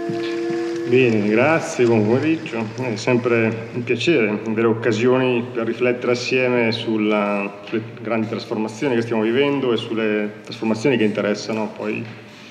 Bene, grazie, buon pomeriggio. È sempre un piacere avere occasioni per riflettere assieme sulle grandi trasformazioni che stiamo vivendo e sulle trasformazioni che interessano poi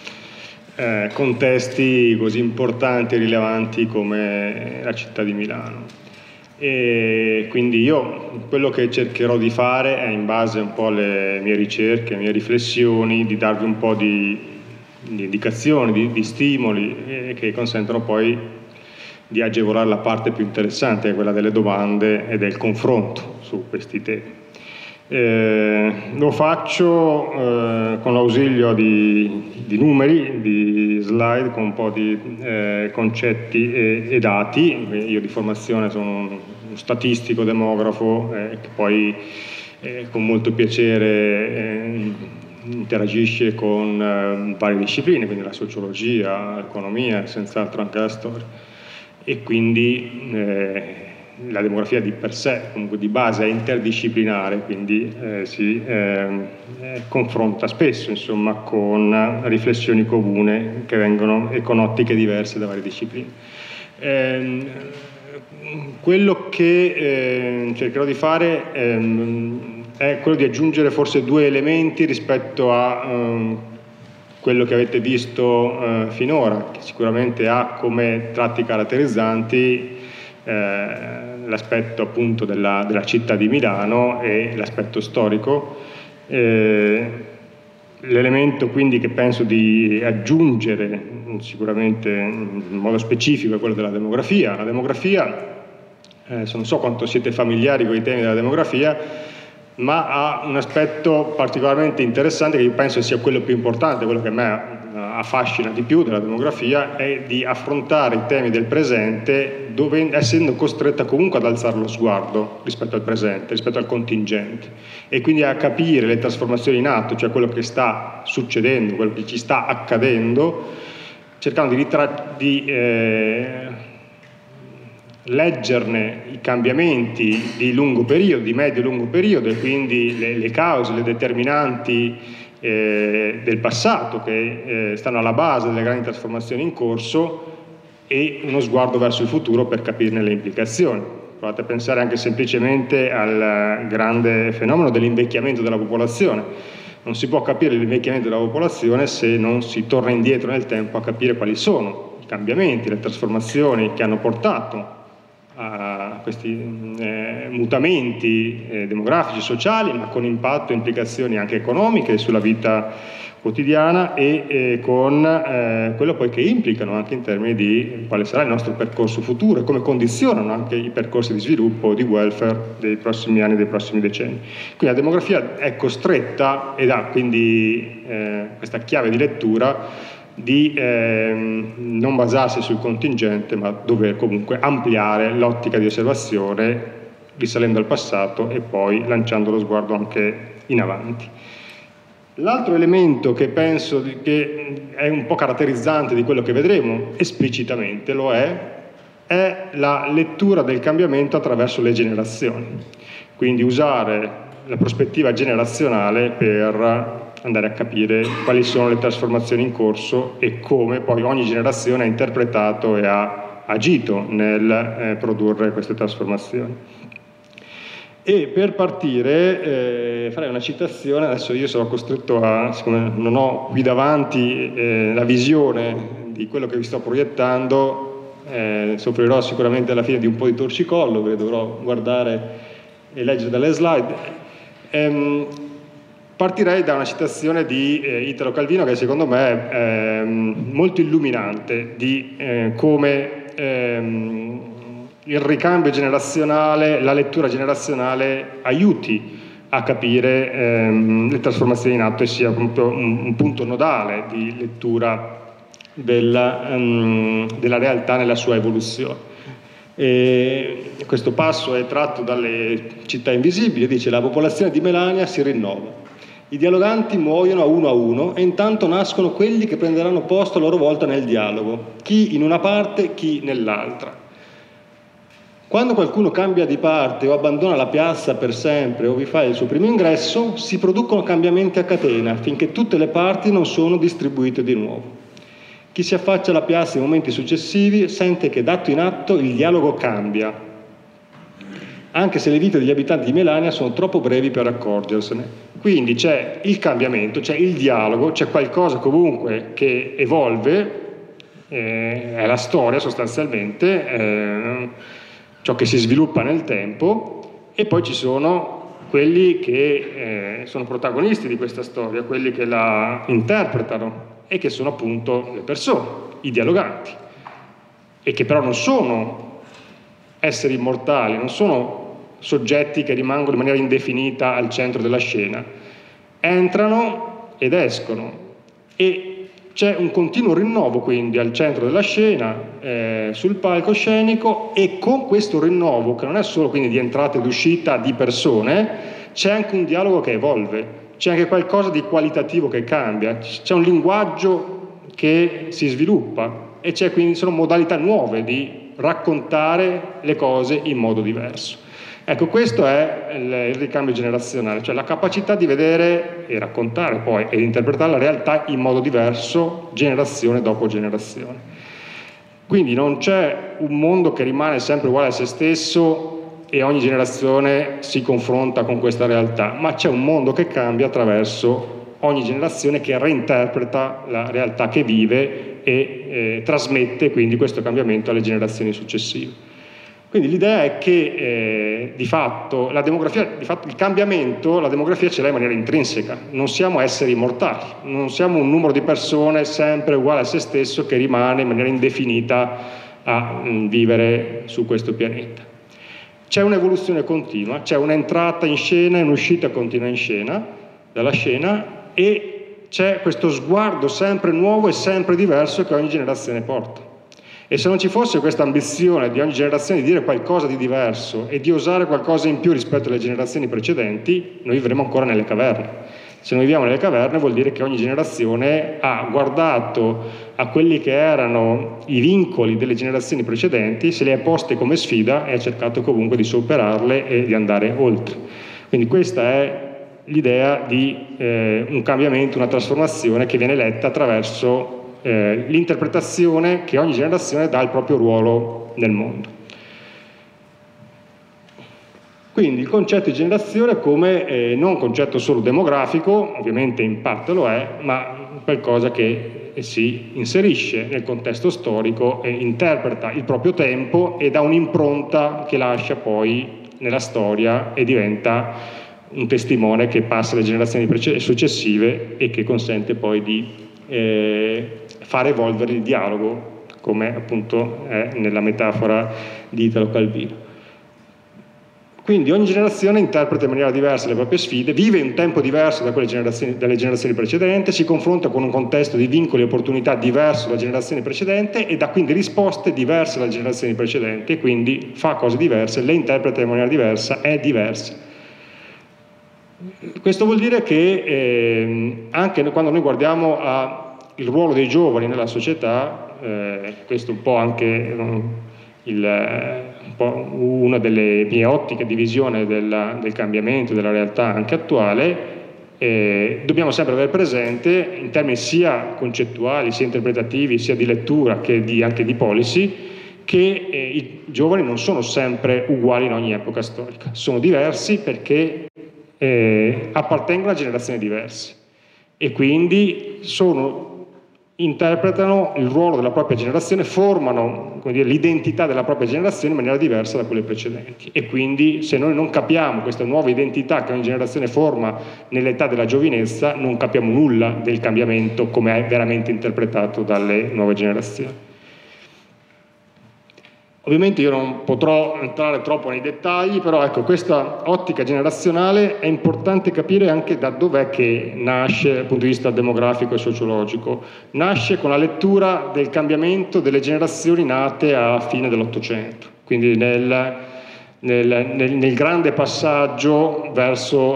contesti così importanti e rilevanti come la città di Milano. E quindi io quello che cercherò di fare è, in base un po' alle mie ricerche, alle mie riflessioni, di darvi un po' di indicazioni, di stimoli che consentono poi di agevolare la parte più interessante, che è quella delle domande e del confronto su questi temi. Lo faccio con l'ausilio di numeri, di slide, con un po' di concetti e dati. Io di formazione sono un statistico, demografo, che poi con molto piacere interagisce con varie discipline, quindi la sociologia, l'economia, senz'altro anche la storia, e quindi la demografia di per sé, comunque di base, è interdisciplinare, quindi si confronta spesso, insomma, con riflessioni comuni che vengono e con ottiche diverse da varie discipline. Quello che cercherò di fare è quello di aggiungere forse due elementi rispetto a quello che avete visto finora, che sicuramente ha come tratti caratterizzanti l'aspetto appunto della città di Milano e l'aspetto storico. L'elemento quindi che penso di aggiungere sicuramente in modo specifico è quello della demografia. La demografia, non so quanto siete familiari con i temi della demografia, ma ha un aspetto particolarmente interessante che io penso sia quello più importante, quello che a me affascina di più della demografia, è di affrontare i temi del presente essendo costretta comunque ad alzare lo sguardo rispetto al presente, rispetto al contingente, e quindi a capire le trasformazioni in atto, cioè quello che sta succedendo, quello che ci sta accadendo, cercando di leggerne i cambiamenti di lungo periodo, di medio e lungo periodo, e quindi le cause, le determinanti del passato che stanno alla base delle grandi trasformazioni in corso, e uno sguardo verso il futuro per capirne le implicazioni. Provate a pensare anche semplicemente al grande fenomeno dell'invecchiamento della popolazione. Non si può capire l'invecchiamento della popolazione se non si torna indietro nel tempo a capire quali sono i cambiamenti, le trasformazioni che hanno portato a questi mutamenti demografici, sociali, ma con impatto e implicazioni anche economiche sulla vita quotidiana, e con quello poi che implicano anche in termini di quale sarà il nostro percorso futuro e come condizionano anche i percorsi di sviluppo, di welfare dei prossimi anni, dei prossimi decenni. Quindi la demografia è costretta, ed ha quindi questa chiave di lettura, di non basarsi sul contingente, ma dover comunque ampliare l'ottica di osservazione, risalendo al passato e poi lanciando lo sguardo anche in avanti. L'altro elemento che penso che è un po' caratterizzante di quello che vedremo, esplicitamente lo è la lettura del cambiamento attraverso le generazioni. Quindi usare la prospettiva generazionale per andare a capire quali sono le trasformazioni in corso e come poi ogni generazione ha interpretato e ha agito nel produrre queste trasformazioni. E per partire farei una citazione. Adesso io sarò costretto siccome non ho qui davanti la visione di quello che vi sto proiettando, soffrirò sicuramente alla fine di un po' di torcicollo, perché dovrò guardare e leggere dalle slide. Partirei da una citazione di Italo Calvino, che secondo me è molto illuminante di come il ricambio generazionale, la lettura generazionale aiuti a capire le trasformazioni in atto e sia un punto nodale di lettura della realtà nella sua evoluzione. E questo passo è tratto dalle Città Invisibili, dice: la popolazione di Melania si rinnova. I dialoganti muoiono a uno e intanto nascono quelli che prenderanno posto a loro volta nel dialogo, chi in una parte, chi nell'altra. Quando qualcuno cambia di parte o abbandona la piazza per sempre o vi fa il suo primo ingresso, si producono cambiamenti a catena finché tutte le parti non sono distribuite di nuovo. Chi si affaccia alla piazza nei momenti successivi sente che d'atto in atto il dialogo cambia, anche se le vite degli abitanti di Melania sono troppo brevi per accorgersene. Quindi c'è il cambiamento, c'è il dialogo, c'è qualcosa comunque che evolve, è la storia sostanzialmente, ciò che si sviluppa nel tempo, e poi ci sono quelli che sono protagonisti di questa storia, quelli che la interpretano e che sono appunto le persone, i dialoganti, e che però non sono esseri immortali, non sono soggetti che rimangono in maniera indefinita al centro della scena, entrano ed escono, e c'è un continuo rinnovo quindi al centro della scena, sul palcoscenico, e con questo rinnovo, che non è solo quindi di entrata ed uscita di persone, c'è anche un dialogo che evolve, c'è anche qualcosa di qualitativo che cambia, c'è un linguaggio che si sviluppa, e c'è quindi sono modalità nuove di raccontare le cose in modo diverso. Ecco, questo è il ricambio generazionale, cioè la capacità di vedere e raccontare poi ed interpretare la realtà in modo diverso, generazione dopo generazione. Quindi non c'è un mondo che rimane sempre uguale a se stesso e ogni generazione si confronta con questa realtà, ma c'è un mondo che cambia attraverso ogni generazione, che reinterpreta la realtà che vive e trasmette quindi questo cambiamento alle generazioni successive. Quindi l'idea è che di fatto il cambiamento, la demografia ce l'ha in maniera intrinseca, non siamo esseri immortali, non siamo un numero di persone sempre uguale a se stesso che rimane in maniera indefinita a vivere su questo pianeta. C'è un'evoluzione continua, c'è un'entrata in scena e un'uscita continua in scena, dalla scena, e c'è questo sguardo sempre nuovo e sempre diverso che ogni generazione porta. E se non ci fosse questa ambizione di ogni generazione di dire qualcosa di diverso e di osare qualcosa in più rispetto alle generazioni precedenti, noi vivremo ancora nelle caverne. Se noi viviamo nelle caverne vuol dire che ogni generazione ha guardato a quelli che erano i vincoli delle generazioni precedenti, se li ha poste come sfida e ha cercato comunque di superarle e di andare oltre. Quindi questa è l'idea di un cambiamento, una trasformazione che viene letta attraverso l'interpretazione che ogni generazione dà al proprio ruolo nel mondo. Quindi il concetto di generazione come non un concetto solo demografico, ovviamente in parte lo è, ma qualcosa che si inserisce nel contesto storico e interpreta il proprio tempo e dà un'impronta che lascia poi nella storia e diventa un testimone che passa alle generazioni successive e che consente poi di fare evolvere il dialogo, come appunto è nella metafora di Italo Calvino. Quindi ogni generazione interpreta in maniera diversa le proprie sfide, vive in un tempo diverso dalle generazioni precedenti, si confronta con un contesto di vincoli e opportunità diverso dalla generazione precedente e dà quindi risposte diverse dalle generazioni precedenti, e quindi fa cose diverse, le interpreta in maniera diversa, è diversa. Questo vuol dire che anche quando noi guardiamo al ruolo dei giovani nella società, questo è un po' anche una delle mie ottiche di visione del cambiamento della realtà anche attuale, dobbiamo sempre avere presente, in termini sia concettuali, sia interpretativi, sia di lettura che anche di policy, che i giovani non sono sempre uguali in ogni epoca storica, sono diversi perché appartengono a generazioni diverse e quindi interpretano il ruolo della propria generazione, formano l'identità della propria generazione in maniera diversa da quelle precedenti, e quindi se noi non capiamo questa nuova identità che ogni generazione forma nell'età della giovinezza, non capiamo nulla del cambiamento come è veramente interpretato dalle nuove generazioni. Ovviamente io non potrò entrare troppo nei dettagli, però ecco, questa ottica generazionale è importante capire anche da dov'è che nasce dal punto di vista demografico e sociologico. Nasce con la lettura del cambiamento delle generazioni nate a fine dell'Ottocento, quindi nel grande passaggio verso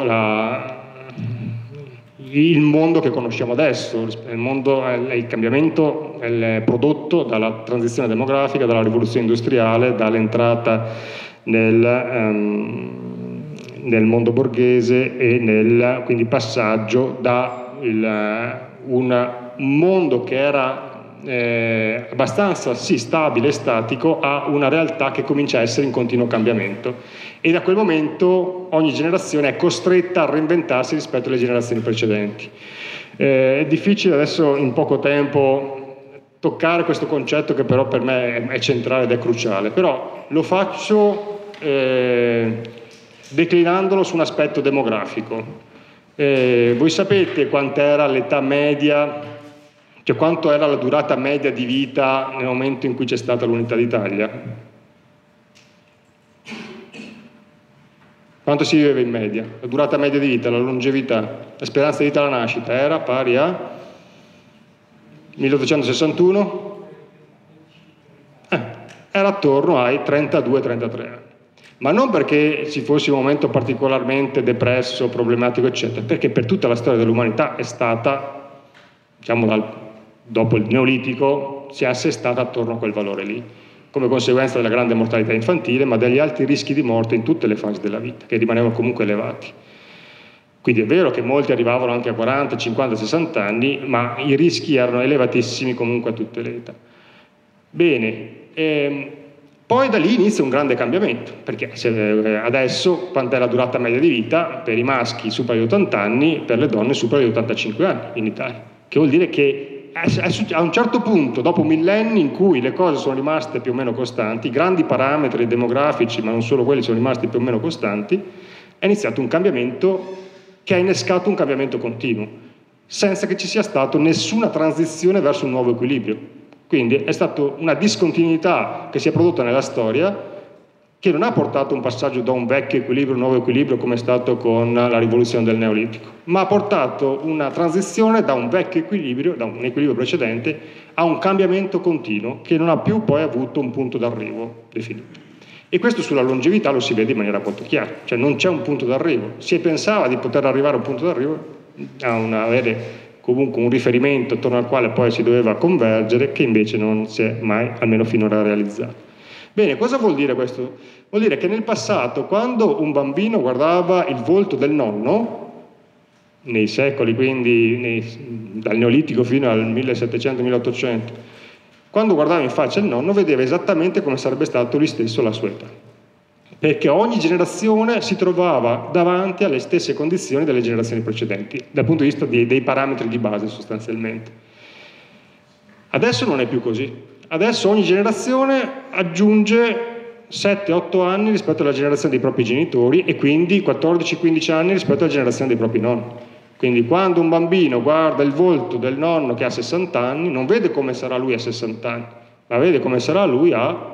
il mondo che conosciamo adesso. Il cambiamento è prodotto dalla transizione demografica, dalla rivoluzione industriale, dall'entrata nel mondo borghese e quindi passaggio da un mondo che era abbastanza stabile e statico a una realtà che comincia a essere in continuo cambiamento, e da quel momento ogni generazione è costretta a reinventarsi rispetto alle generazioni precedenti. È difficile adesso in poco tempo toccare questo concetto, che però per me è centrale ed è cruciale, però lo faccio declinandolo su un aspetto demografico. Voi sapete quant'era l'età media, cioè quanto era la durata media di vita nel momento in cui c'è stata l'unità d'Italia? Quanto si viveva in media? La durata media di vita, la longevità, la speranza di vita alla nascita era pari a 1861? Era attorno ai 32-33 anni. Ma non perché ci fosse un momento particolarmente depresso, problematico, eccetera, perché per tutta la storia dell'umanità è stata, diciamo, dopo il Neolitico, si è assestata attorno a quel valore lì, come conseguenza della grande mortalità infantile, ma degli alti rischi di morte in tutte le fasi della vita, che rimanevano comunque elevati. Quindi è vero che molti arrivavano anche a 40, 50, 60 anni, ma i rischi erano elevatissimi comunque a tutte le età. Bene, poi da lì inizia un grande cambiamento, perché adesso quant'è la durata media di vita? Per i maschi supera gli 80 anni, per le donne supera gli 85 anni in Italia, che vuol dire che a un certo punto, dopo millenni in cui le cose sono rimaste più o meno costanti, i grandi parametri demografici, ma non solo quelli, sono rimasti più o meno costanti, è iniziato un cambiamento che ha innescato un cambiamento continuo, senza che ci sia stata nessuna transizione verso un nuovo equilibrio. Quindi è stata una discontinuità che si è prodotta nella storia, che non ha portato un passaggio da un vecchio equilibrio a un nuovo equilibrio come è stato con la rivoluzione del Neolitico, ma ha portato una transizione da un vecchio equilibrio, da un equilibrio precedente, a un cambiamento continuo che non ha più poi avuto un punto d'arrivo definito. E questo sulla longevità lo si vede in maniera molto chiara, cioè non c'è un punto d'arrivo. Si pensava di poter arrivare a un punto d'arrivo, avere comunque un riferimento attorno al quale poi si doveva convergere, che invece non si è mai, almeno finora, realizzato. Bene, cosa vuol dire questo? Vuol dire che nel passato, quando un bambino guardava il volto del nonno, nei secoli, quindi dal Neolitico fino al 1700-1800, quando guardava in faccia il nonno, vedeva esattamente come sarebbe stato lui stesso alla sua età. Perché ogni generazione si trovava davanti alle stesse condizioni delle generazioni precedenti, dal punto di vista dei parametri di base sostanzialmente. Adesso non è più così. Adesso ogni generazione aggiunge 7-8 anni rispetto alla generazione dei propri genitori e quindi 14-15 anni rispetto alla generazione dei propri nonni. Quindi quando un bambino guarda il volto del nonno che ha 60 anni, non vede come sarà lui a 60 anni, ma vede come sarà lui a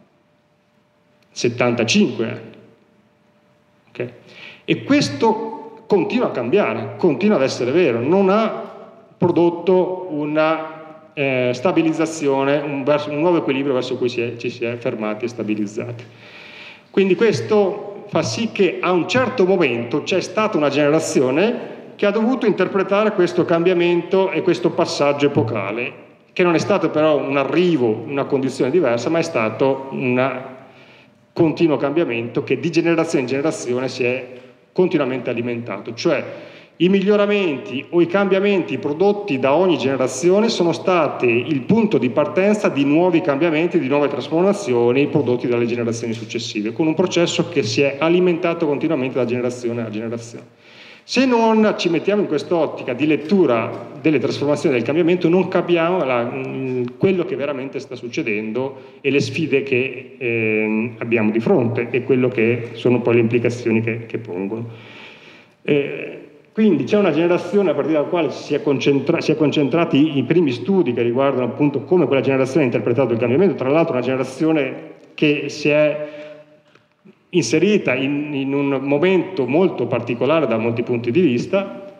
75 anni. Okay? E questo continua a cambiare, continua ad essere vero, non ha prodotto una stabilizzazione, un nuovo equilibrio verso cui ci si è fermati e stabilizzati. Quindi questo fa sì che a un certo momento c'è stata una generazione che ha dovuto interpretare questo cambiamento e questo passaggio epocale, che non è stato però un arrivo in una condizione diversa, ma è stato un continuo cambiamento che di generazione in generazione si è continuamente alimentato, cioè i miglioramenti o i cambiamenti prodotti da ogni generazione sono stati il punto di partenza di nuovi cambiamenti, di nuove trasformazioni prodotti dalle generazioni successive, con un processo che si è alimentato continuamente da generazione a generazione. Se non ci mettiamo in quest'ottica di lettura delle trasformazioni e del cambiamento, non capiamo quello che veramente sta succedendo e le sfide che abbiamo di fronte e quello che sono poi le implicazioni che pongono. Quindi c'è una generazione a partire dalla quale si è concentrati i primi studi che riguardano appunto come quella generazione ha interpretato il cambiamento, tra l'altro una generazione che si è inserita in un momento molto particolare da molti punti di vista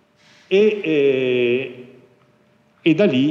e da lì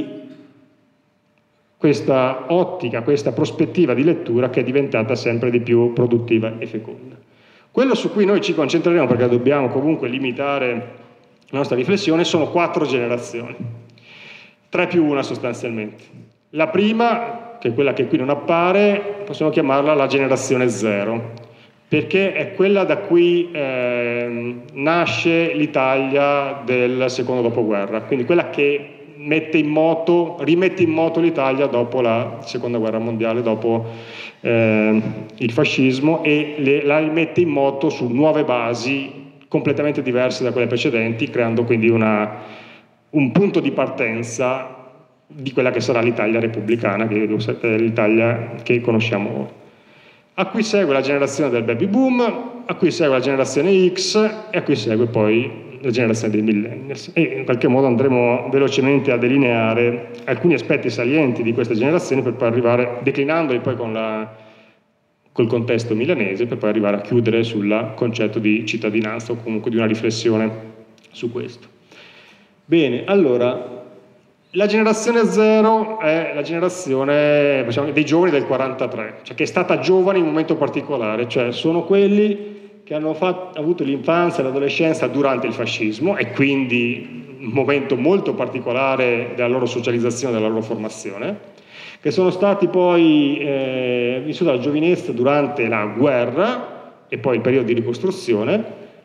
questa ottica, questa prospettiva di lettura che è diventata sempre di più produttiva e feconda. Quello su cui noi ci concentreremo, perché dobbiamo comunque limitare la nostra riflessione, sono 4 generazioni, 3 più 1 sostanzialmente. La prima, che è quella che qui non appare, possiamo chiamarla la generazione 0, perché è quella da cui nasce l'Italia del secondo dopoguerra, quindi quella che rimette in moto l'Italia dopo la seconda guerra mondiale, dopo il fascismo, e la rimette in moto su nuove basi completamente diverse da quelle precedenti, creando quindi un punto di partenza di quella che sarà l'Italia repubblicana, l'Italia che conosciamo ora. A cui segue la generazione del baby boom, a cui segue la generazione X e a cui segue poi la generazione dei millennials. E in qualche modo andremo velocemente a delineare alcuni aspetti salienti di queste generazioni per poi arrivare, declinandoli poi col contesto milanese, per poi arrivare a chiudere sul concetto di cittadinanza o comunque di una riflessione su questo. Bene, allora, la generazione zero è la generazione, diciamo, dei giovani del 43, cioè che è stata giovane in un momento particolare, cioè sono quelli che hanno avuto l'infanzia e l'adolescenza durante il fascismo e quindi un momento molto particolare della loro socializzazione, della loro formazione, che sono stati poi vissuti la giovinezza durante la guerra e poi il periodo di ricostruzione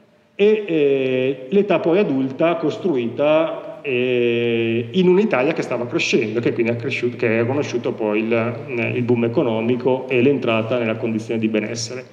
e l'età poi adulta costruita in un'Italia che stava crescendo, che quindi che ha conosciuto poi il boom economico e l'entrata nella condizione di benessere.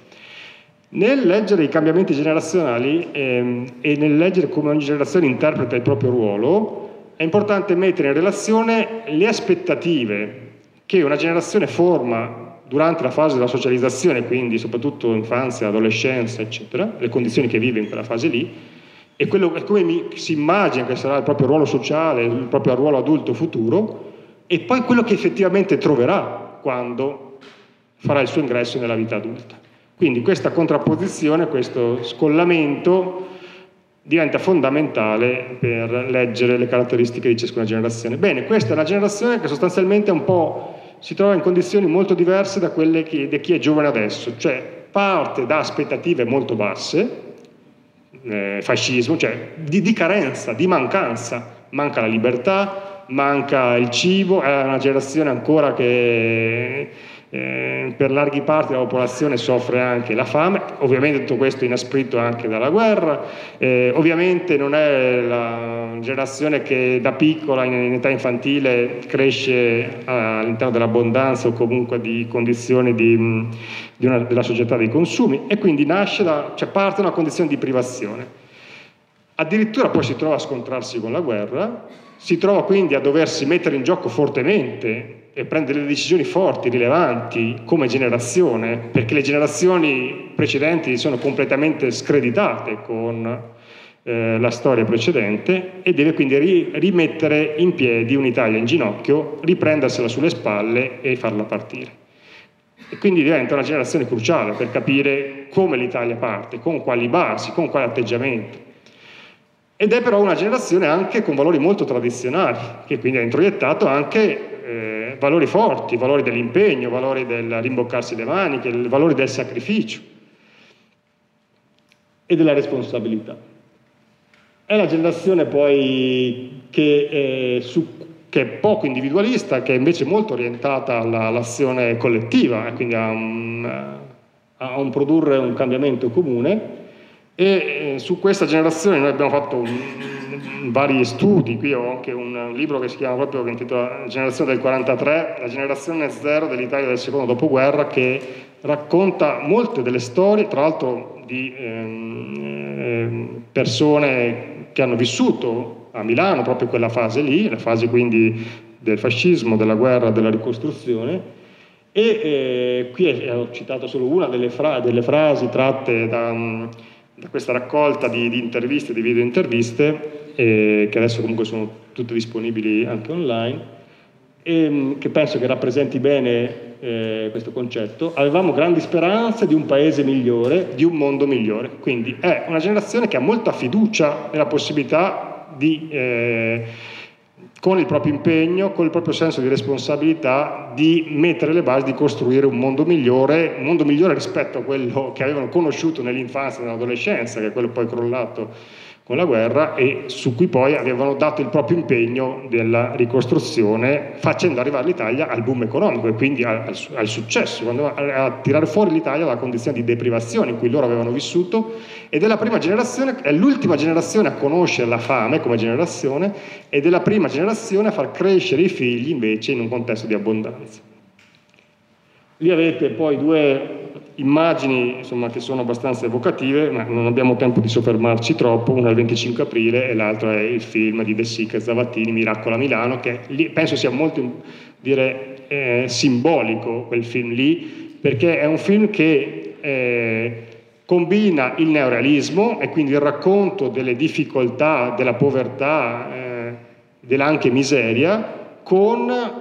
Nel leggere i cambiamenti generazionali e nel leggere come ogni generazione interpreta il proprio ruolo, è importante mettere in relazione le aspettative che una generazione forma durante la fase della socializzazione, quindi soprattutto infanzia, adolescenza, eccetera, le condizioni che vive in quella fase lì, e come si immagina che sarà il proprio ruolo sociale, il proprio ruolo adulto futuro, e poi quello che effettivamente troverà quando farà il suo ingresso nella vita adulta. Quindi questa contrapposizione, questo scollamento diventa fondamentale per leggere le caratteristiche di ciascuna generazione. Bene, questa è una generazione che sostanzialmente un po' si trova in condizioni molto diverse da quelle di chi è giovane adesso, cioè parte da aspettative molto basse, fascismo, cioè di carenza, di mancanza, manca la libertà, manca il cibo, è una generazione ancora che per larghi parti della popolazione soffre anche la fame, ovviamente tutto questo inasprito anche dalla guerra, ovviamente non è la generazione che da piccola in età infantile cresce all'interno dell'abbondanza o comunque di condizioni della società dei consumi, e quindi parte da una condizione di privazione. Addirittura poi si trova a scontrarsi con la guerra, si trova quindi a doversi mettere in gioco fortemente e prendere delle decisioni forti, rilevanti come generazione, perché le generazioni precedenti sono completamente screditate con la storia precedente, e deve quindi rimettere in piedi un'Italia in ginocchio, riprendersela sulle spalle e farla partire. E quindi diventa una generazione cruciale per capire come l'Italia parte, con quali basi, con quali atteggiamenti. Ed è però una generazione anche con valori molto tradizionali, che quindi ha introiettato anche valori forti, valori dell'impegno, valori del rimboccarsi le maniche, valori del sacrificio e della responsabilità. È la generazione poi che è poco individualista, che è invece molto orientata all'azione collettiva, e quindi a un produrre un cambiamento comune. E su questa generazione noi abbiamo fatto vari studi. Qui ho anche un libro che si chiama proprio, che intitola Generazione del 43, la generazione zero dell'Italia del secondo dopoguerra, che racconta molte delle storie, tra l'altro di persone che hanno vissuto a Milano proprio quella fase lì, la fase quindi del fascismo, della guerra, della ricostruzione. E qui ho citato solo una delle frasi tratte da questa raccolta di interviste, di video interviste, che adesso comunque sono tutte disponibili anche online, e che penso che rappresenti bene questo concetto. Avevamo grandi speranze di un paese migliore, di un mondo migliore. Quindi è una generazione che ha molta fiducia nella possibilità di, con il proprio impegno, con il proprio senso di responsabilità, di mettere le basi di costruire un mondo migliore rispetto a quello che avevano conosciuto nell'infanzia e nell'adolescenza, che è quello poi crollato la guerra, e su cui poi avevano dato il proprio impegno della ricostruzione, facendo arrivare l'Italia al boom economico e quindi al successo, a tirare fuori l'Italia dalla condizione di deprivazione in cui loro avevano vissuto, ed è la prima generazione, è l'ultima generazione a conoscere la fame come generazione, ed è la prima generazione a far crescere i figli invece in un contesto di abbondanza. Lì avete poi due immagini, insomma, che sono abbastanza evocative, ma non abbiamo tempo di soffermarci troppo. Una è il 25 aprile e l'altra è il film di De Sica e Zavattini, Miracolo a Milano, che penso sia molto simbolico quel film lì, perché è un film che combina il neorealismo e quindi il racconto delle difficoltà, della povertà, della anche miseria, con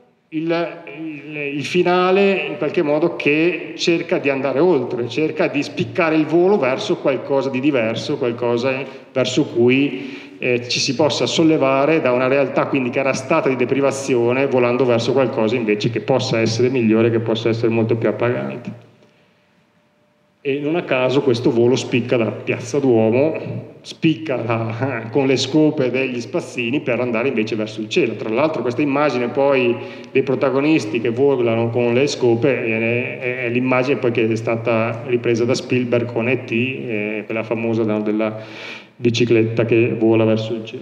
il finale in qualche modo che cerca di andare oltre, cerca di spiccare il volo verso qualcosa di diverso, qualcosa verso cui ci si possa sollevare da una realtà quindi che era stata di deprivazione, volando verso qualcosa invece che possa essere migliore, che possa essere molto più appagante. E non a caso questo volo spicca da Piazza Duomo, spicca con le scope degli spazzini per andare invece verso il cielo. Tra l'altro questa immagine poi dei protagonisti che volano con le scope è l'immagine poi che è stata ripresa da Spielberg con E.T., quella famosa della bicicletta che vola verso il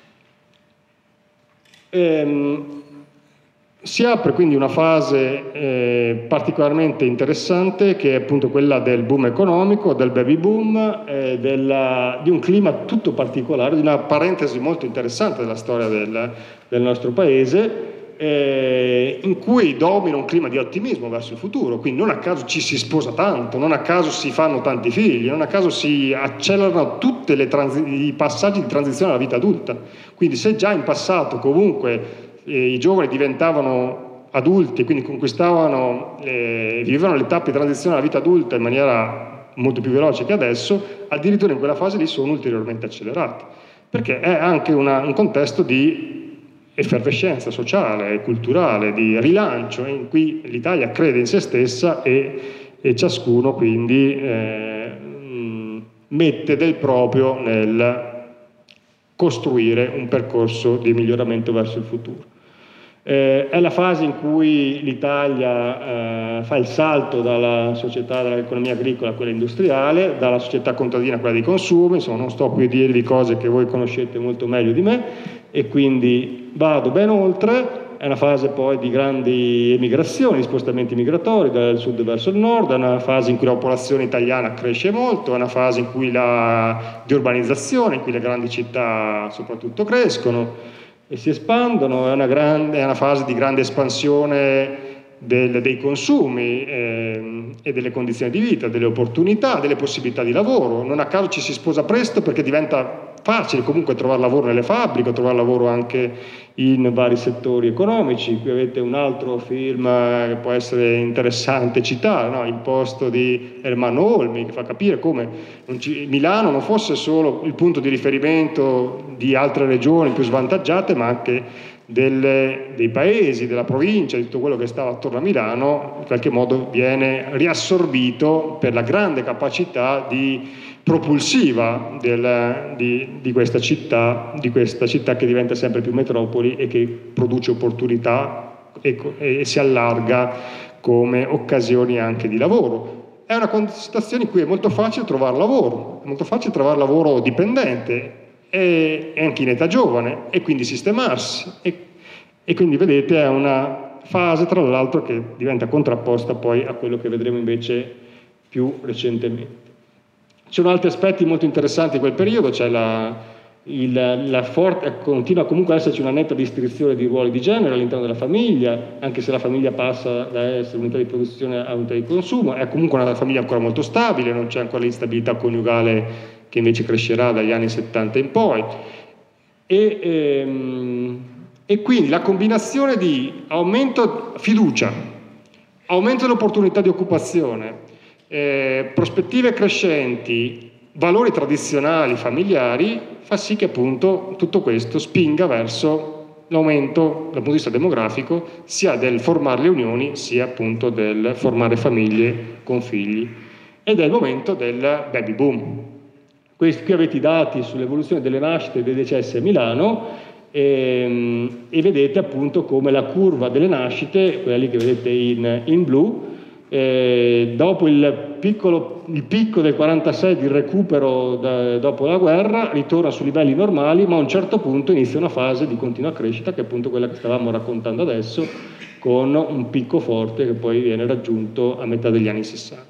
cielo. Si apre quindi una fase particolarmente interessante, che è appunto quella del boom economico, del baby boom, di un clima tutto particolare, di una parentesi molto interessante della storia del nostro paese, in cui domina un clima di ottimismo verso il futuro. Quindi non a caso ci si sposa tanto, non a caso si fanno tanti figli, non a caso si accelerano tutti i passaggi di transizione alla vita adulta. Quindi se già in passato comunque i giovani diventavano adulti, quindi vivevano le tappe di transizione alla vita adulta in maniera molto più veloce che adesso, addirittura in quella fase lì sono ulteriormente accelerati, perché è anche un contesto di effervescenza sociale e culturale, di rilancio, in cui l'Italia crede in se stessa e ciascuno quindi mette del proprio nel costruire un percorso di miglioramento verso il futuro. È la fase in cui l'Italia fa il salto dalla società dell'economia agricola a quella industriale, dalla società contadina a quella dei consumi. Insomma, non sto qui a dirvi cose che voi conoscete molto meglio di me, e quindi vado ben oltre. È una fase poi di grandi emigrazioni, di spostamenti migratori dal sud verso il nord, è una fase in cui la popolazione italiana cresce molto, è una fase in cui di urbanizzazione, in cui le grandi città soprattutto crescono e si espandono, è una fase di grande espansione dei consumi e delle condizioni di vita, delle opportunità, delle possibilità di lavoro. Non a caso ci si sposa presto, perché diventa facile comunque trovare lavoro nelle fabbriche, trovare lavoro anche in vari settori economici. Qui avete un altro film che può essere interessante citare, no? Il posto di Ermanno Olmi, che fa capire come Milano non fosse solo il punto di riferimento di altre regioni più svantaggiate, ma anche dei paesi, della provincia, di tutto quello che stava attorno a Milano, in qualche modo viene riassorbito per la grande capacità propulsiva di questa città che diventa sempre più metropoli e che produce opportunità e si allarga come occasioni anche di lavoro. È una situazione in cui è molto facile trovare lavoro, è molto facile trovare lavoro dipendente e anche in età giovane, e quindi sistemarsi, e quindi vedete è una fase tra l'altro che diventa contrapposta poi a quello che vedremo invece più recentemente. Ci sono altri aspetti molto interessanti di quel periodo, c'è continua comunque ad esserci una netta distinzione di ruoli di genere all'interno della famiglia, anche se la famiglia passa da essere unità di produzione a unità di consumo, è comunque una famiglia ancora molto stabile, non c'è ancora l'instabilità coniugale che invece crescerà dagli anni 70 in poi, e quindi la combinazione di fiducia, aumento dell'opportunità di occupazione, prospettive crescenti, valori tradizionali, familiari, fa sì che appunto tutto questo spinga verso l'aumento dal punto di vista demografico sia del formare le unioni sia appunto del formare famiglie con figli, ed è il momento del baby boom. Qui avete i dati sull'evoluzione delle nascite e dei decessi a Milano e vedete appunto come la curva delle nascite, quella lì che vedete in blu, dopo il picco del 46 di recupero dopo la guerra ritorna su livelli normali, ma a un certo punto inizia una fase di continua crescita, che è appunto quella che stavamo raccontando adesso, con un picco forte che poi viene raggiunto a metà degli anni 60.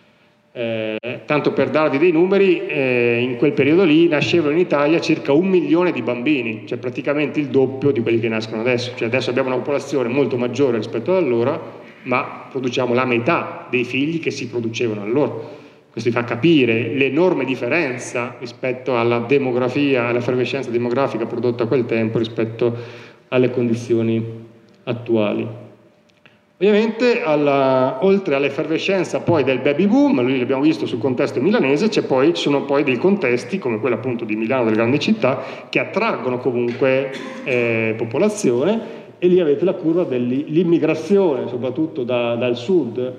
Tanto per darvi dei numeri, in quel periodo lì nascevano in Italia circa 1 milione di bambini, cioè praticamente il doppio di quelli che nascono adesso. Cioè adesso abbiamo una popolazione molto maggiore rispetto ad allora, ma produciamo la metà dei figli che si producevano allora. Questo vi fa capire l'enorme differenza rispetto alla demografia, all'effervescenza demografica prodotta a quel tempo rispetto alle condizioni attuali. Ovviamente, oltre all'effervescenza poi del baby boom, noi l'abbiamo visto sul contesto milanese, ci sono poi dei contesti, come quello appunto di Milano, delle grandi città, che attraggono comunque popolazione, e lì avete la curva dell'immigrazione, soprattutto dal sud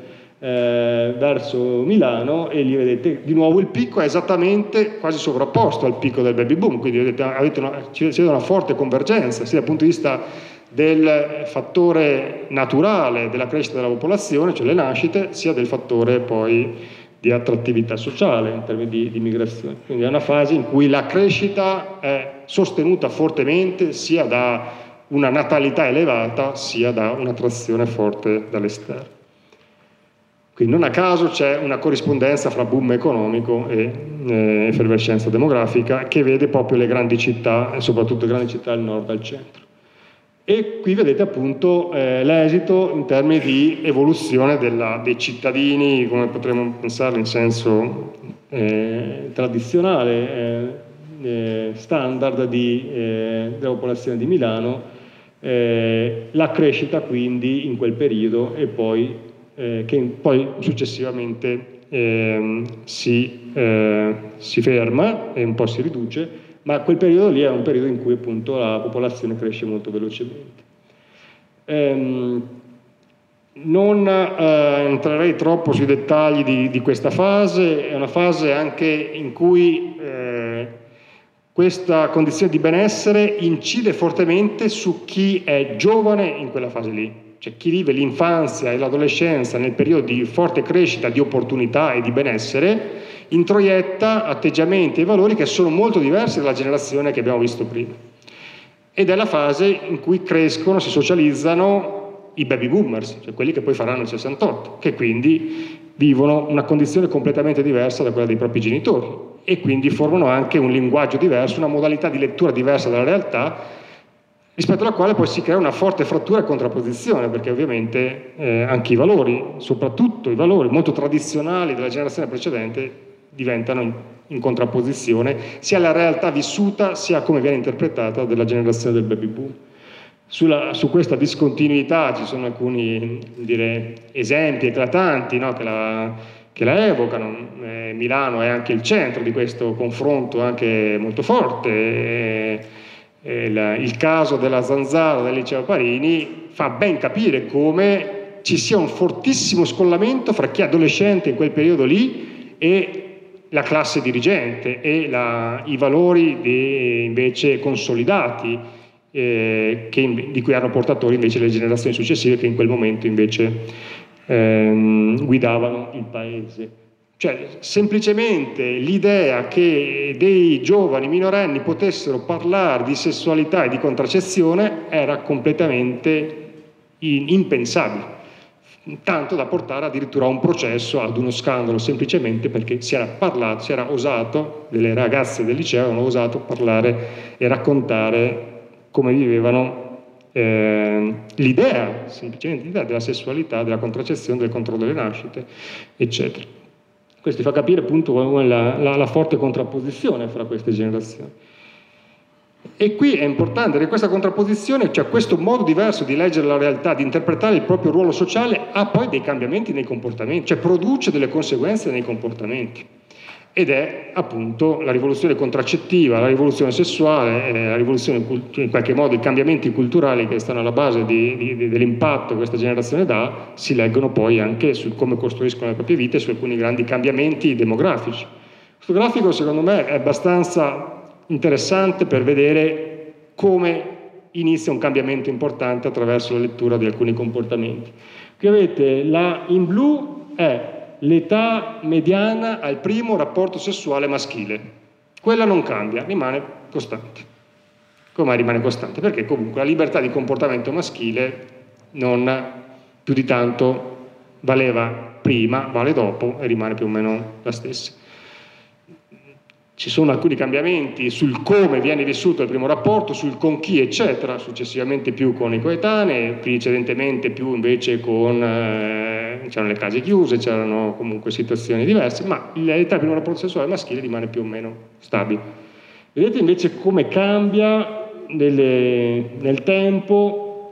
verso Milano, e lì vedete di nuovo il picco è esattamente quasi sovrapposto al picco del baby boom, quindi vedete c'è una forte convergenza, sia dal punto di vista del fattore naturale della crescita della popolazione, cioè le nascite, sia del fattore poi di attrattività sociale in termini di migrazione. Quindi è una fase in cui la crescita è sostenuta fortemente sia da una natalità elevata sia da un'attrazione forte dall'esterno. Quindi non a caso c'è una corrispondenza fra boom economico e effervescenza demografica che vede proprio le grandi città, e soprattutto le grandi città del nord al centro. E qui vedete appunto l'esito in termini di evoluzione dei cittadini, come potremmo pensarlo in senso tradizionale, standard della popolazione di Milano, la crescita quindi in quel periodo e poi, che poi successivamente si ferma e un po' si riduce, ma quel periodo lì è un periodo in cui appunto la popolazione cresce molto velocemente. Non entrerei troppo sui dettagli di questa fase, è una fase anche in cui questa condizione di benessere incide fortemente su chi è giovane in quella fase lì, cioè chi vive l'infanzia e l'adolescenza nel periodo di forte crescita di opportunità e di benessere, introietta atteggiamenti e valori che sono molto diversi dalla generazione che abbiamo visto prima. Ed è la fase in cui crescono, si socializzano i baby boomers, cioè quelli che poi faranno il 68, che quindi vivono una condizione completamente diversa da quella dei propri genitori e quindi formano anche un linguaggio diverso, una modalità di lettura diversa della realtà, rispetto alla quale poi si crea una forte frattura e contrapposizione, perché ovviamente anche i valori, soprattutto i valori molto tradizionali della generazione precedente, diventano in contrapposizione sia alla realtà vissuta sia a come viene interpretata dalla generazione del baby boom. Su questa discontinuità ci sono alcuni esempi eclatanti, no, che la evocano. Milano è anche il centro di questo confronto anche molto forte. Il caso della Zanzara del liceo Parini fa ben capire come ci sia un fortissimo scollamento fra chi è adolescente in quel periodo lì e la classe dirigente e i valori invece consolidati di cui erano portatori invece le generazioni successive che in quel momento invece guidavano il paese. Cioè semplicemente l'idea che dei giovani minorenni potessero parlare di sessualità e di contraccezione era completamente impensabile, tanto da portare addirittura a un processo, ad uno scandalo, semplicemente perché si era osato, delle ragazze del liceo avevano osato parlare e raccontare come vivevano l'idea, semplicemente l'idea della sessualità, della contraccezione, del controllo delle nascite, eccetera. Questo fa capire appunto la forte contrapposizione fra queste generazioni. E qui è importante che questa contrapposizione, cioè questo modo diverso di leggere la realtà, di interpretare il proprio ruolo sociale, ha poi dei cambiamenti nei comportamenti, cioè produce delle conseguenze nei comportamenti. Ed è appunto la rivoluzione contraccettiva, la rivoluzione sessuale, la rivoluzione, in qualche modo i cambiamenti culturali che stanno alla base dell'impatto che questa generazione dà, si leggono poi anche su come costruiscono le proprie vite, su alcuni grandi cambiamenti demografici. Questo grafico secondo me è abbastanza interessante per vedere come inizia un cambiamento importante attraverso la lettura di alcuni comportamenti. Qui avete in blu è l'età mediana al primo rapporto sessuale maschile. Quella non cambia, rimane costante. Come rimane costante? Perché comunque la libertà di comportamento maschile non più di tanto valeva prima, vale dopo e rimane più o meno la stessa. Ci sono alcuni cambiamenti sul come viene vissuto il primo rapporto, sul con chi eccetera, successivamente più con i coetanei, precedentemente più invece con c'erano le case chiuse, c'erano comunque situazioni diverse, ma l'età del primo rapporto sessuale maschile rimane più o meno stabile. Vedete invece come cambia nel tempo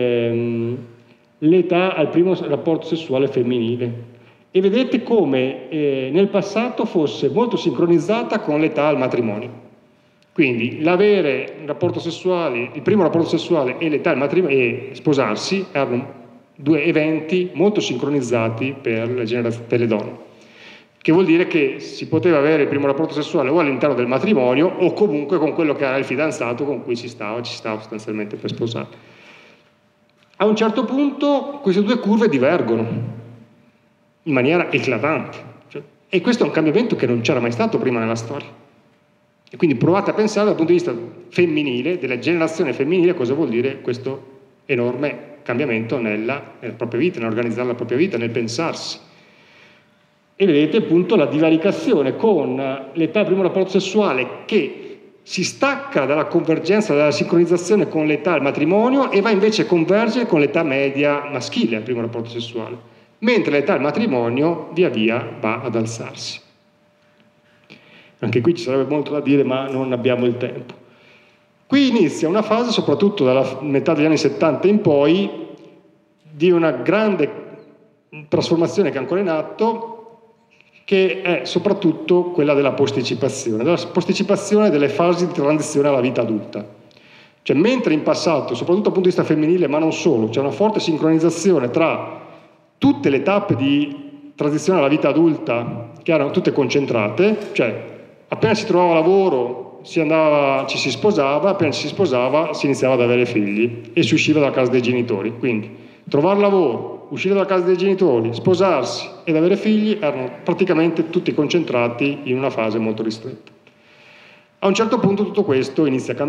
l'età al primo rapporto sessuale femminile. E vedete come nel passato fosse molto sincronizzata con l'età al matrimonio. Quindi l'avere un rapporto sessuale, il primo rapporto sessuale e l'età al matrimonio e sposarsi erano due eventi molto sincronizzati per le donne. Che vuol dire che si poteva avere il primo rapporto sessuale o all'interno del matrimonio o comunque con quello che era il fidanzato con cui ci stava sostanzialmente per sposare. A un certo punto queste due curve divergono in maniera eclatante. E questo è un cambiamento che non c'era mai stato prima nella storia. E quindi provate a pensare dal punto di vista femminile, della generazione femminile, cosa vuol dire questo enorme cambiamento nella propria vita, nell'organizzare la propria vita, nel pensarsi. E vedete appunto la divaricazione con l'età del primo rapporto sessuale che si stacca dalla convergenza, dalla sincronizzazione con l'età del matrimonio e va invece a convergere con l'età media maschile al primo rapporto sessuale. Mentre l'età del matrimonio via via va ad alzarsi. Anche qui ci sarebbe molto da dire, ma non abbiamo il tempo. Qui inizia una fase, soprattutto dalla metà degli anni 70 in poi, di una grande trasformazione che è ancora in atto, che è soprattutto quella della posticipazione delle fasi di transizione alla vita adulta. Cioè, mentre in passato, soprattutto dal punto di vista femminile, ma non solo, c'è una forte sincronizzazione tra tutte le tappe di transizione alla vita adulta che erano tutte concentrate, cioè appena si trovava lavoro ci si sposava, appena ci si sposava si iniziava ad avere figli e si usciva dalla casa dei genitori. Quindi trovare lavoro, uscire dalla casa dei genitori, sposarsi ed avere figli erano praticamente tutti concentrati in una fase molto ristretta. A un certo punto tutto questo inizia a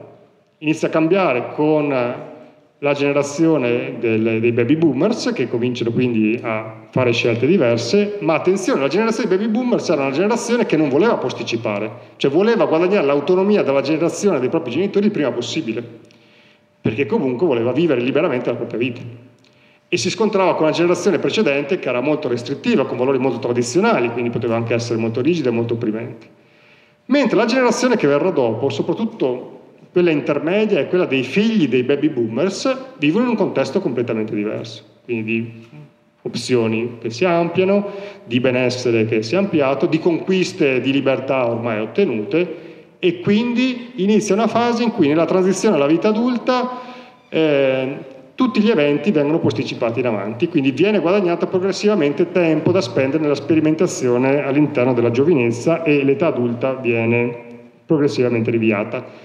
cambiare con la generazione dei baby boomers che cominciano quindi a fare scelte diverse, ma attenzione, la generazione dei baby boomers era una generazione che non voleva posticipare, cioè voleva guadagnare l'autonomia dalla generazione dei propri genitori il prima possibile, perché comunque voleva vivere liberamente la propria vita. E si scontrava con la generazione precedente che era molto restrittiva, con valori molto tradizionali, quindi poteva anche essere molto rigida e molto opprimente. Mentre la generazione che verrà dopo, soprattutto quella intermedia e quella dei figli dei baby boomers, vivono in un contesto completamente diverso, quindi di opzioni che si ampliano, di benessere che si è ampliato, di conquiste di libertà ormai ottenute, e quindi inizia una fase in cui nella transizione alla vita adulta tutti gli eventi vengono posticipati in avanti, quindi viene guadagnato progressivamente tempo da spendere nella sperimentazione all'interno della giovinezza e l'età adulta viene progressivamente rinviata.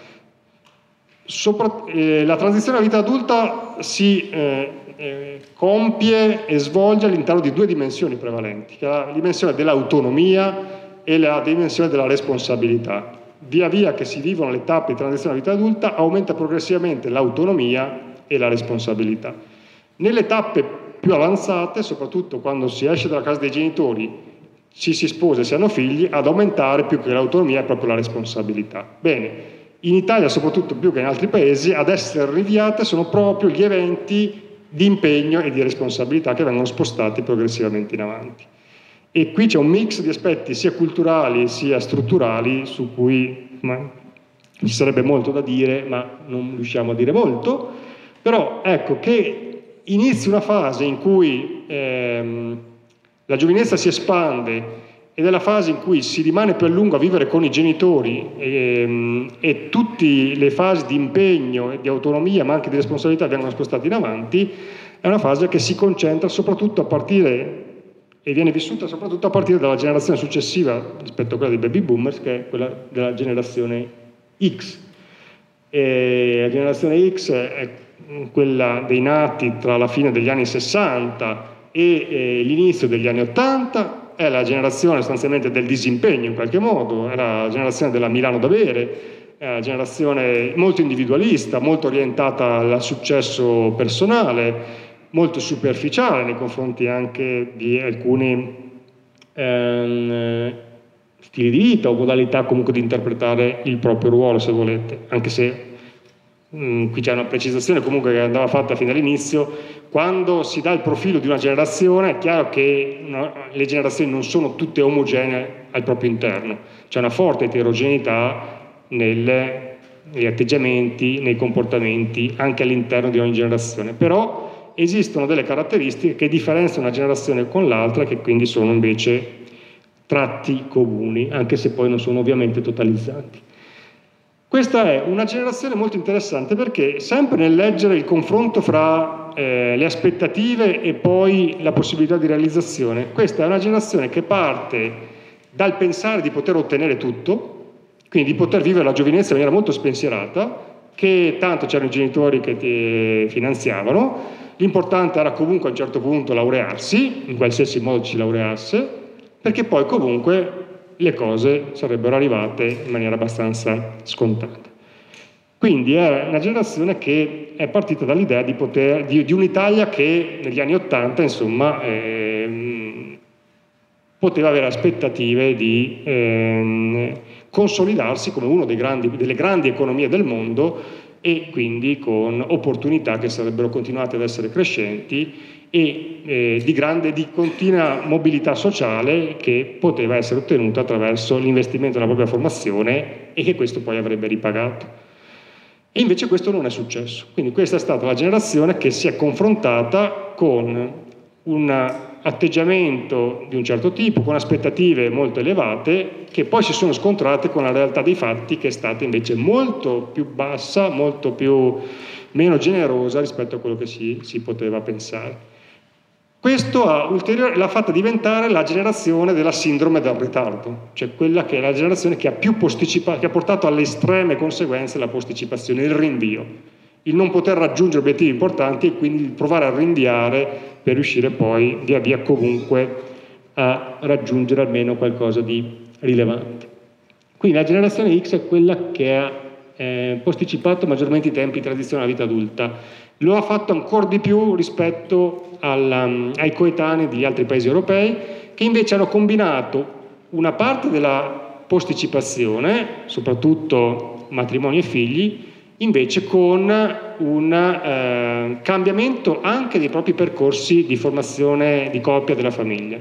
La transizione alla vita adulta si compie e svolge all'interno di due dimensioni prevalenti, che è la dimensione dell'autonomia e la dimensione della responsabilità. Via via che si vivono le tappe di transizione alla vita adulta aumenta progressivamente l'autonomia e la responsabilità. Nelle tappe più avanzate, soprattutto quando si esce dalla casa dei genitori, ci si sposa e si hanno figli, ad aumentare più che l'autonomia è proprio la responsabilità. Bene. In Italia, soprattutto più che in altri paesi, ad essere rinviate sono proprio gli eventi di impegno e di responsabilità che vengono spostati progressivamente in avanti. E qui c'è un mix di aspetti sia culturali sia strutturali su cui ci sarebbe molto da dire, ma non riusciamo a dire molto. Però ecco che inizi una fase in cui la giovinezza si espande ed è la fase in cui si rimane più a lungo a vivere con i genitori e tutte le fasi di impegno e di autonomia ma anche di responsabilità vengono spostate in avanti, è una fase che si concentra soprattutto a partire e viene vissuta soprattutto a partire dalla generazione successiva rispetto a quella dei baby boomers, che è quella della generazione X. E la generazione X è quella dei nati tra la fine degli anni 60 e l'inizio degli anni 80, è la generazione sostanzialmente del disimpegno in qualche modo, è la generazione della Milano da bere, è una generazione molto individualista, molto orientata al successo personale, molto superficiale nei confronti anche di alcuni stili di vita o modalità comunque di interpretare il proprio ruolo, se volete, anche se qui c'è una precisazione comunque che andava fatta fin dall'inizio. Quando si dà il profilo di una generazione è chiaro che le generazioni non sono tutte omogenee al proprio interno, c'è una forte eterogeneità negli atteggiamenti, nei comportamenti anche all'interno di ogni generazione, però esistono delle caratteristiche che differenziano una generazione con l'altra e che quindi sono invece tratti comuni, anche se poi non sono ovviamente totalizzanti. Questa è una generazione molto interessante perché sempre nel leggere il confronto fra le aspettative e poi la possibilità di realizzazione, questa è una generazione che parte dal pensare di poter ottenere tutto, quindi di poter vivere la giovinezza in maniera molto spensierata, che tanto c'erano i genitori che ti finanziavano, l'importante era comunque a un certo punto laurearsi, in qualsiasi modo ci laureasse, perché poi comunque le cose sarebbero arrivate in maniera abbastanza scontata. Quindi è una generazione che è partita dall'idea di un'Italia che negli anni '80, insomma, poteva avere aspettative di consolidarsi come una delle grandi economie del mondo e quindi con opportunità che sarebbero continuate ad essere crescenti e di continua mobilità sociale che poteva essere ottenuta attraverso l'investimento nella propria formazione e che questo poi avrebbe ripagato. E invece questo non è successo. Quindi questa è stata la generazione che si è confrontata con un atteggiamento di un certo tipo, con aspettative molto elevate, che poi si sono scontrate con la realtà dei fatti che è stata invece molto più bassa, meno generosa rispetto a quello che si poteva pensare. Questo l'ha fatta diventare la generazione della sindrome del ritardo, cioè quella che è la generazione che ha portato alle estreme conseguenze la posticipazione, il rinvio, il non poter raggiungere obiettivi importanti e quindi il provare a rinviare per riuscire poi via via comunque a raggiungere almeno qualcosa di rilevante. Quindi la generazione X è quella che ha posticipato maggiormente i tempi tradizionali della vita adulta. Lo ha fatto ancora di più rispetto ai coetanei degli altri paesi europei, che invece hanno combinato una parte della posticipazione, soprattutto matrimoni e figli, invece con un cambiamento anche dei propri percorsi di formazione di coppia della famiglia.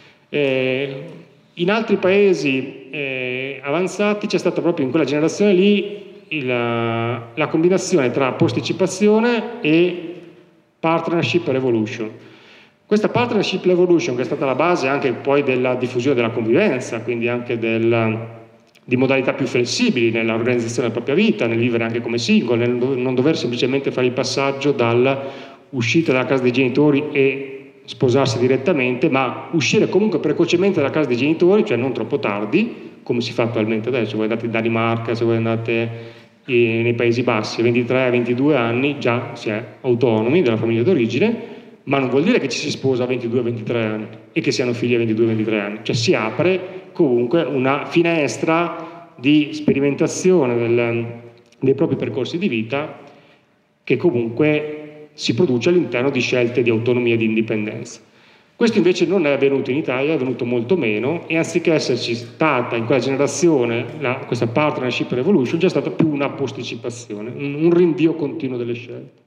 In altri paesi avanzati c'è stata proprio in quella generazione lì la combinazione tra posticipazione e partnership revolution. Questa partnership revolution, che è stata la base anche poi della diffusione della convivenza, quindi anche di modalità più flessibili nell'organizzazione della propria vita, nel vivere anche come single, nel non dover semplicemente fare il passaggio dall'uscita dalla casa dei genitori e sposarsi direttamente, ma uscire comunque precocemente dalla casa dei genitori, cioè non troppo tardi, come si fa attualmente adesso. Se voi andate in Danimarca, se voi andate nei Paesi Bassi, a 23-22 anni già si è autonomi della famiglia d'origine, ma non vuol dire che ci si sposa a 22-23 anni e che si hanno figli a 22-23 anni, cioè si apre comunque una finestra di sperimentazione dei propri percorsi di vita che comunque si produce all'interno di scelte di autonomia e di indipendenza. Questo invece non è avvenuto in Italia, è avvenuto molto meno e anziché esserci stata in quella generazione questa partnership revolution, c'è stata più una posticipazione, un rinvio continuo delle scelte.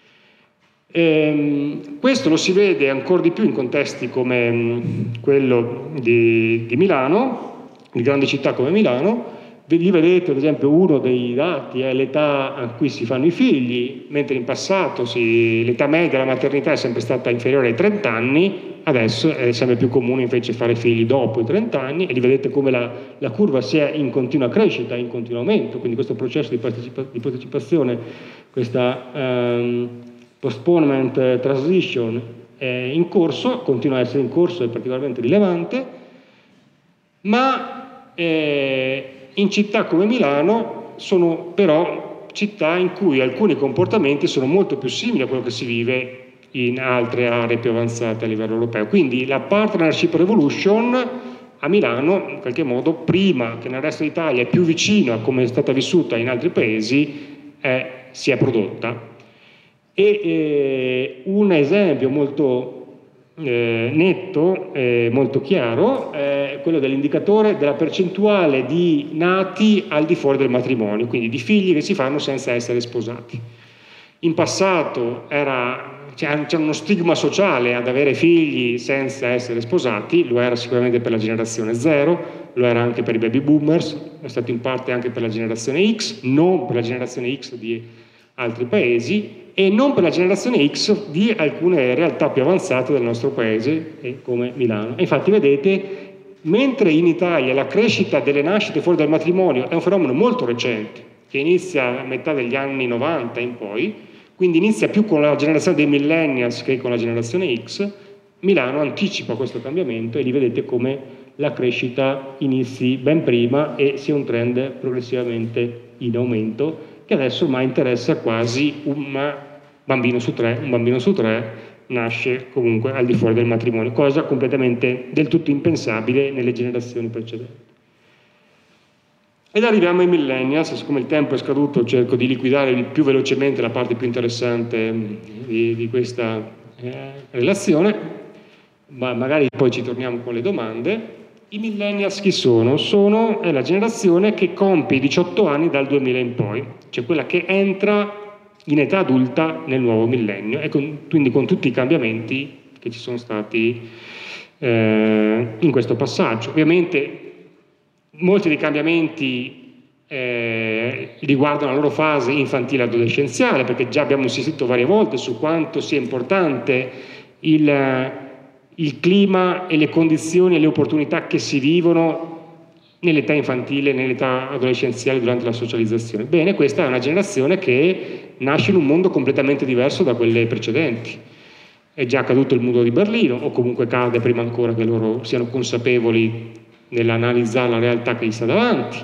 Questo lo si vede ancora di più in contesti come quello di Milano, di grandi città come Milano. Lì vedete ad esempio uno dei dati è l'età a cui si fanno i figli, mentre in passato l'età media della maternità è sempre stata inferiore ai 30 anni, adesso è sempre più comune invece fare figli dopo i 30 anni e lì vedete come la curva sia in continua crescita, in continuo aumento, quindi questo processo di partecipazione, questa postponement transition in corso, continua a essere in corso, è particolarmente rilevante, ma in città come Milano sono però città in cui alcuni comportamenti sono molto più simili a quello che si vive in altre aree più avanzate a livello europeo. Quindi la partnership revolution a Milano, in qualche modo, prima che nel resto d'Italia, è più vicino a come è stata vissuta in altri paesi, si è prodotta. E un esempio molto netto, molto chiaro, è quello dell'indicatore della percentuale di nati al di fuori del matrimonio, quindi di figli che si fanno senza essere sposati. In passato c'era uno stigma sociale ad avere figli senza essere sposati, lo era sicuramente per la generazione Z, lo era anche per i baby boomers, è stato in parte anche per la generazione X, non per la generazione X di altri paesi e non per la generazione X di alcune realtà più avanzate del nostro paese, come Milano. E infatti vedete, mentre in Italia la crescita delle nascite fuori dal matrimonio è un fenomeno molto recente, che inizia a metà degli anni 90 in poi, quindi inizia più con la generazione dei millennials che con la generazione X, Milano anticipa questo cambiamento e lì vedete come la crescita inizi ben prima e sia un trend progressivamente in aumento, che adesso ormai interessa quasi un bambino su tre nasce comunque al di fuori del matrimonio, cosa completamente del tutto impensabile nelle generazioni precedenti. Ed arriviamo ai millennials, siccome il tempo è scaduto cerco di liquidare più velocemente la parte più interessante di questa relazione, ma magari poi ci torniamo con le domande. I millennials chi sono? È la generazione che compie 18 anni dal 2000 in poi, cioè quella che entra in età adulta nel nuovo millennio e quindi con tutti i cambiamenti che ci sono stati in questo passaggio. Ovviamente molti dei cambiamenti riguardano la loro fase infantile e adolescenziale, perché già abbiamo insistito varie volte su quanto sia importante il clima e le condizioni e le opportunità che si vivono nell'età infantile e nell'età adolescenziale durante la socializzazione. Bene, questa è una generazione che nasce in un mondo completamente diverso da quelle precedenti. È già caduto il muro di Berlino, o comunque cade prima ancora che loro siano consapevoli nell'analizzare la realtà che gli sta davanti.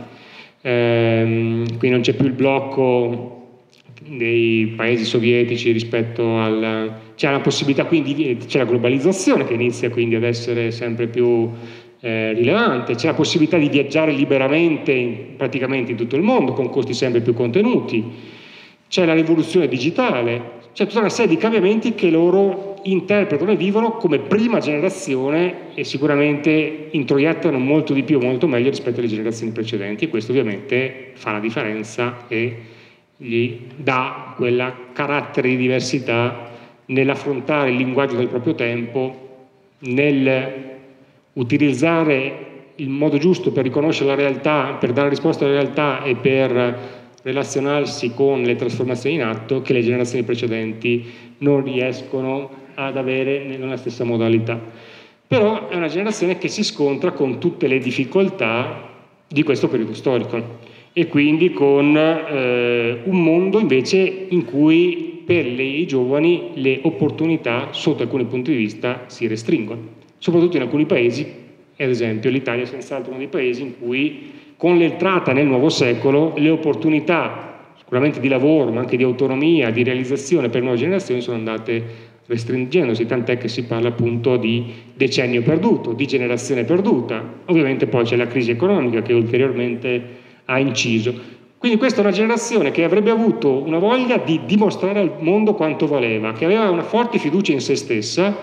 Qui non c'è più il blocco dei paesi sovietici rispetto c'è la possibilità, quindi c'è la globalizzazione che inizia quindi ad essere sempre più rilevante, c'è la possibilità di viaggiare liberamente praticamente in tutto il mondo con costi sempre più contenuti, c'è la rivoluzione digitale, c'è tutta una serie di cambiamenti che loro interpretano e vivono come prima generazione e sicuramente introiettano molto di più, molto meglio rispetto alle generazioni precedenti, e questo ovviamente fa la differenza e gli dà quel carattere di diversità nell'affrontare il linguaggio del proprio tempo, nel utilizzare il modo giusto per riconoscere la realtà, per dare risposta alla realtà e per relazionarsi con le trasformazioni in atto che le generazioni precedenti non riescono ad avere nella stessa modalità. Però è una generazione che si scontra con tutte le difficoltà di questo periodo storico e quindi con un mondo invece in cui per i giovani le opportunità sotto alcuni punti di vista si restringono, soprattutto in alcuni paesi, ad esempio l'Italia è senz'altro uno dei paesi in cui con l'entrata nel nuovo secolo le opportunità sicuramente di lavoro ma anche di autonomia, di realizzazione per nuove generazioni sono andate restringendosi, tant'è che si parla appunto di decennio perduto, di generazione perduta. Ovviamente poi c'è la crisi economica che ulteriormente ha inciso. Quindi questa è una generazione che avrebbe avuto una voglia di dimostrare al mondo quanto valeva, che aveva una forte fiducia in se stessa,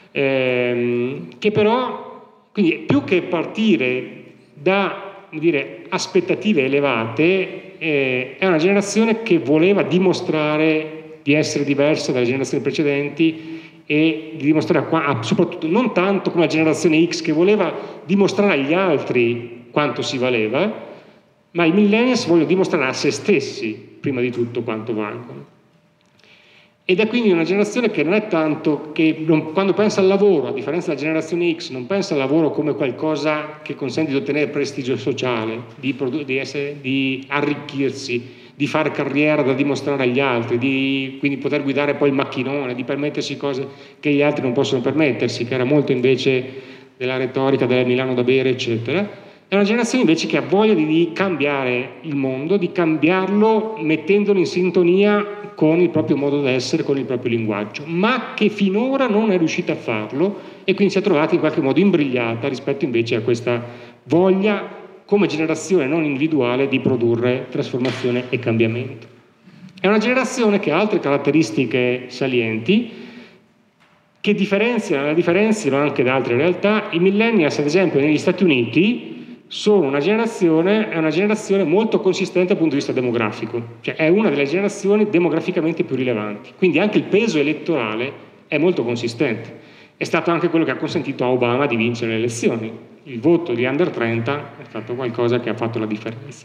che però, quindi più che partire da aspettative elevate, è una generazione che voleva dimostrare di essere diversa dalle generazioni precedenti e di dimostrare, soprattutto non tanto come la generazione X che voleva dimostrare agli altri quanto si valeva, ma i millennials vogliono dimostrare a se stessi prima di tutto quanto valgono. Ed è quindi una generazione che non è tanto che quando pensa al lavoro, a differenza della generazione X, non pensa al lavoro come qualcosa che consente di ottenere prestigio sociale, di arricchirsi, di fare carriera da dimostrare agli altri, di quindi poter guidare poi il macchinone, di permettersi cose che gli altri non possono permettersi, che era molto invece della retorica del Milano da bere, eccetera. È una generazione invece che ha voglia di cambiare il mondo, di cambiarlo mettendolo in sintonia con il proprio modo d'essere, con il proprio linguaggio, ma che finora non è riuscita a farlo e quindi si è trovata in qualche modo imbrigliata rispetto invece a questa voglia come generazione non individuale di produrre trasformazione e cambiamento. È una generazione che ha altre caratteristiche salienti che la differenziano anche da altre realtà. I millennials, ad esempio, negli Stati Uniti sono è una generazione molto consistente dal punto di vista demografico, cioè è una delle generazioni demograficamente più rilevanti, quindi anche il peso elettorale è molto consistente. È stato anche quello che ha consentito a Obama di vincere le elezioni. Il voto di under 30 è stato qualcosa che ha fatto la differenza.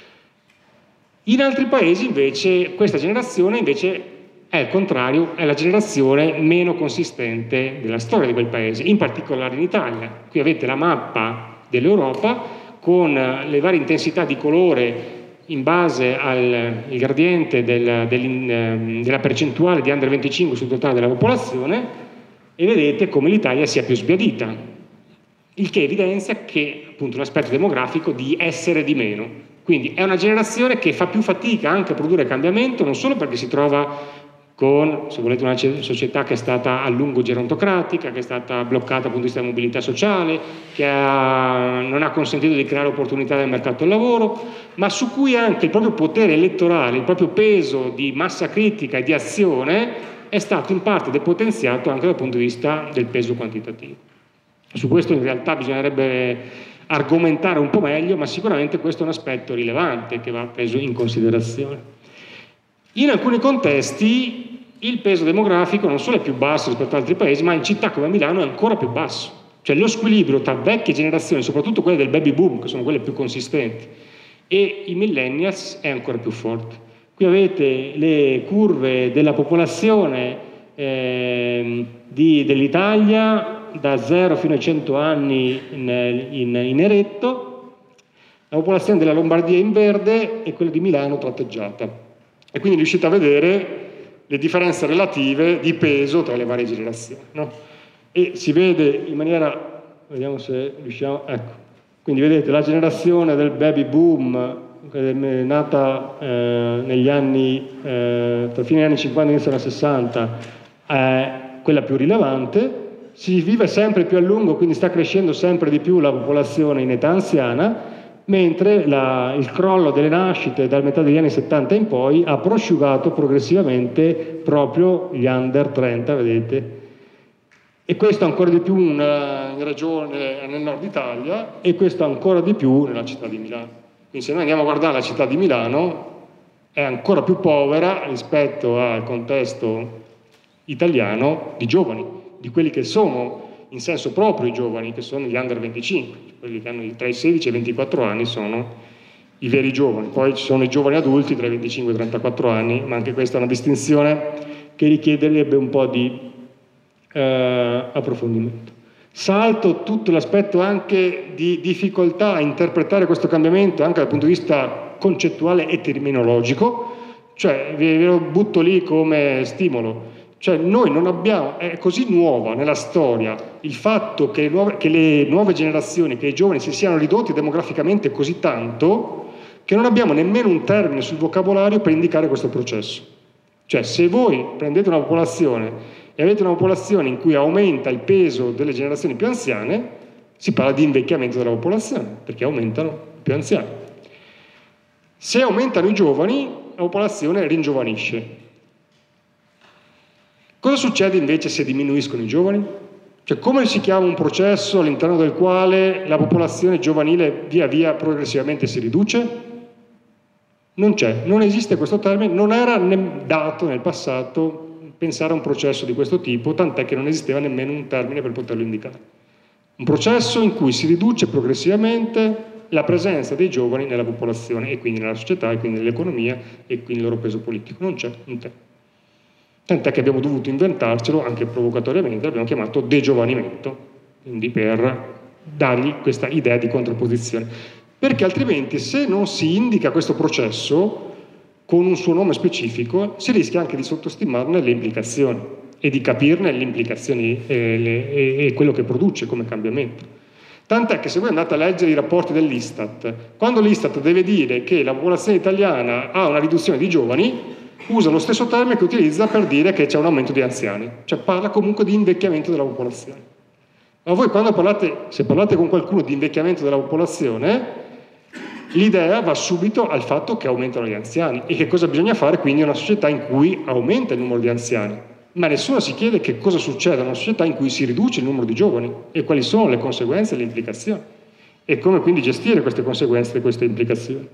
In altri paesi invece questa generazione invece è al contrario, è la generazione meno consistente della storia di quel paese, in particolare in Italia. Qui avete la mappa dell'Europa con le varie intensità di colore in base al gradiente della percentuale di under 25 sul totale della popolazione e vedete come l'Italia sia più sbiadita, il che evidenzia che appunto un aspetto demografico di essere di meno. Quindi è una generazione che fa più fatica anche a produrre cambiamento, non solo perché si trova con, se volete, una società che è stata a lungo gerontocratica, che è stata bloccata dal punto di vista della mobilità sociale, che non ha consentito di creare opportunità nel mercato del lavoro, ma su cui anche il proprio potere elettorale, il proprio peso di massa critica e di azione è stato in parte depotenziato anche dal punto di vista del peso quantitativo. Su questo in realtà bisognerebbe argomentare un po' meglio, ma sicuramente questo è un aspetto rilevante che va preso in considerazione. In alcuni contesti il peso demografico non solo è più basso rispetto ad altri paesi, ma in città come Milano è ancora più basso. Cioè lo squilibrio tra vecchie generazioni, soprattutto quelle del baby boom, che sono quelle più consistenti, e i millennials è ancora più forte. Qui avete le curve della popolazione dell'Italia da 0 fino ai 100 anni in eretto, la popolazione della Lombardia in verde e quella di Milano tratteggiata. E quindi riuscite a vedere le differenze relative di peso tra le varie generazioni, no? E si vede in maniera, vediamo se riusciamo, ecco, quindi vedete la generazione del baby boom nata negli anni, tra fine anni 50 e inizio anni 60, è quella più rilevante, si vive sempre più a lungo, quindi sta crescendo sempre di più la popolazione in età anziana, mentre il crollo delle nascite dal metà degli anni 70 in poi ha prosciugato progressivamente proprio gli under 30, vedete? E questo ancora di più in regione nel nord Italia e questo ancora di più nella città di Milano. Quindi se noi andiamo a guardare la città di Milano è ancora più povera rispetto al contesto italiano di giovani, di quelli che sono in senso proprio i giovani, che sono gli under 25, quelli che hanno tra i 16 e i 24 anni sono i veri giovani. Poi ci sono i giovani adulti tra i 25 e i 34 anni, ma anche questa è una distinzione che richiederebbe un po' di approfondimento. Salto tutto l'aspetto anche di difficoltà a interpretare questo cambiamento anche dal punto di vista concettuale e terminologico, cioè ve lo butto lì come stimolo. Cioè noi non abbiamo, è così nuova nella storia il fatto che le nuove generazioni, che i giovani si siano ridotti demograficamente così tanto che non abbiamo nemmeno un termine sul vocabolario per indicare questo processo. Cioè se voi prendete una popolazione e avete una popolazione in cui aumenta il peso delle generazioni più anziane, si parla di invecchiamento della popolazione, perché aumentano i più anziani. Se aumentano i giovani, la popolazione ringiovanisce. Cosa succede invece se diminuiscono i giovani? Cioè come si chiama un processo all'interno del quale la popolazione giovanile via via progressivamente si riduce? Non c'è, non esiste questo termine, non era dato nel passato pensare a un processo di questo tipo, tant'è che non esisteva nemmeno un termine per poterlo indicare. Un processo in cui si riduce progressivamente la presenza dei giovani nella popolazione e quindi nella società e quindi nell'economia e quindi il loro peso politico. Non c'è. Tant'è che abbiamo dovuto inventarcelo, anche provocatoriamente, l'abbiamo chiamato degiovanimento, quindi per dargli questa idea di contrapposizione. Perché altrimenti, se non si indica questo processo, con un suo nome specifico, si rischia anche di sottostimarne le implicazioni e di capirne le implicazioni e quello che produce come cambiamento. Tant'è che se voi andate a leggere i rapporti dell'Istat, quando l'Istat deve dire che la popolazione italiana ha una riduzione di giovani, usa lo stesso termine che utilizza per dire che c'è un aumento di anziani, cioè parla comunque di invecchiamento della popolazione. Ma voi quando se parlate con qualcuno di invecchiamento della popolazione, l'idea va subito al fatto che aumentano gli anziani e che cosa bisogna fare quindi in una società in cui aumenta il numero di anziani. Ma nessuno si chiede che cosa succede in una società in cui si riduce il numero di giovani e quali sono le conseguenze e le implicazioni e come quindi gestire queste conseguenze e queste implicazioni.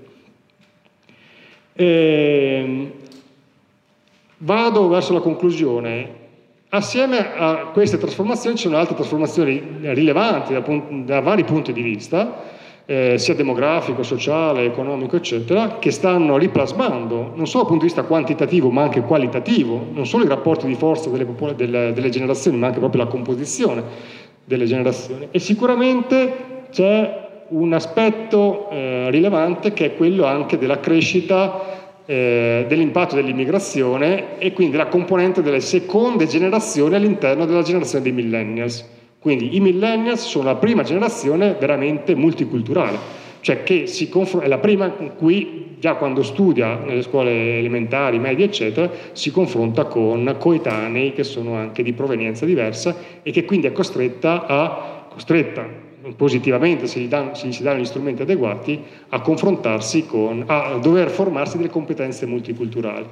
Vado verso la conclusione. Assieme a queste trasformazioni ci sono altre trasformazioni rilevanti da vari punti di vista, sia demografico, sociale, economico, eccetera, che stanno riplasmando, non solo dal punto di vista quantitativo ma anche qualitativo, non solo i rapporti di forza delle generazioni, ma anche proprio la composizione delle generazioni. E sicuramente c'è un aspetto rilevante che è quello anche della crescita dell'impatto dell'immigrazione e quindi della componente delle seconde generazioni all'interno della generazione dei millennials. Quindi i millennials sono la prima generazione veramente multiculturale, cioè che è la prima con cui già quando studia nelle scuole elementari, medie eccetera, si confronta con coetanei che sono anche di provenienza diversa e che quindi è costretta positivamente, se gli si danno gli strumenti adeguati, a confrontarsi a dover formarsi delle competenze multiculturali.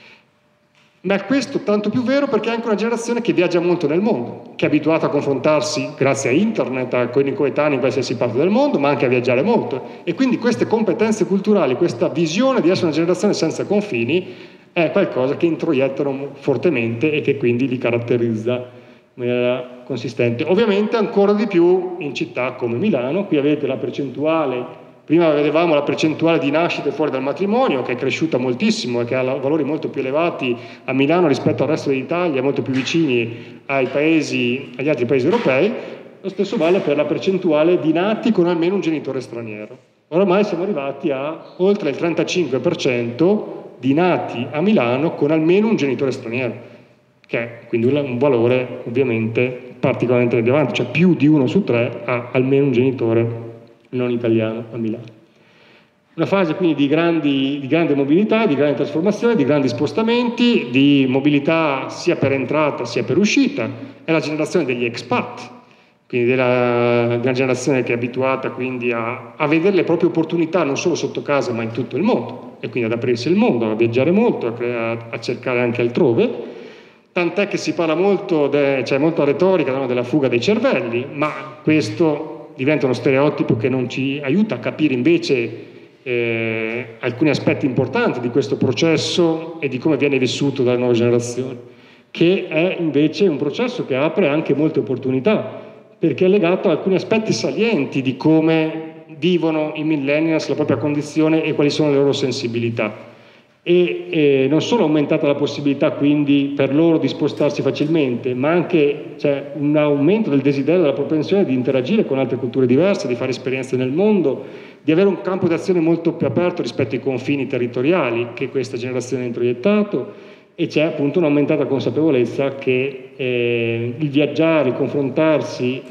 Ma questo tanto più vero perché è anche una generazione che viaggia molto nel mondo, che è abituata a confrontarsi grazie a internet con i coetanei in qualsiasi parte del mondo, ma anche a viaggiare molto. E quindi queste competenze culturali, questa visione di essere una generazione senza confini, è qualcosa che introiettano fortemente e che quindi li caratterizza in maniera consistente. Ovviamente ancora di più in città come Milano. Qui avete la percentuale. Prima vedevamo la percentuale di nascite fuori dal matrimonio, che è cresciuta moltissimo e che ha valori molto più elevati a Milano rispetto al resto d'Italia, molto più vicini agli altri paesi europei. Lo stesso vale per la percentuale di nati con almeno un genitore straniero. Oramai siamo arrivati a oltre il 35% di nati a Milano con almeno un genitore straniero, che è quindi un valore ovviamente particolarmente rilevante, cioè più di 1 su 3 ha almeno un genitore non italiano a Milano. Una fase quindi di grande mobilità, di grande trasformazione, di grandi spostamenti, di mobilità sia per entrata sia per uscita. È la generazione degli expat, quindi della generazione che è abituata quindi a vedere le proprie opportunità non solo sotto casa ma in tutto il mondo e quindi ad aprirsi il mondo, a viaggiare molto, a cercare anche altrove. Tant'è che si parla molto, c'è molta retorica della fuga dei cervelli, ma questo diventa uno stereotipo che non ci aiuta a capire invece alcuni aspetti importanti di questo processo e di come viene vissuto dalle nuove generazioni, che è invece un processo che apre anche molte opportunità, perché è legato a alcuni aspetti salienti di come vivono i millennials la propria condizione e quali sono le loro sensibilità. E non solo è aumentata la possibilità quindi per loro di spostarsi facilmente, ma anche c'è un aumento del desiderio, della propensione di interagire con altre culture diverse, di fare esperienze nel mondo, di avere un campo di azione molto più aperto rispetto ai confini territoriali che questa generazione ha introiettato, e c'è appunto un'aumentata consapevolezza che il viaggiare, il confrontarsi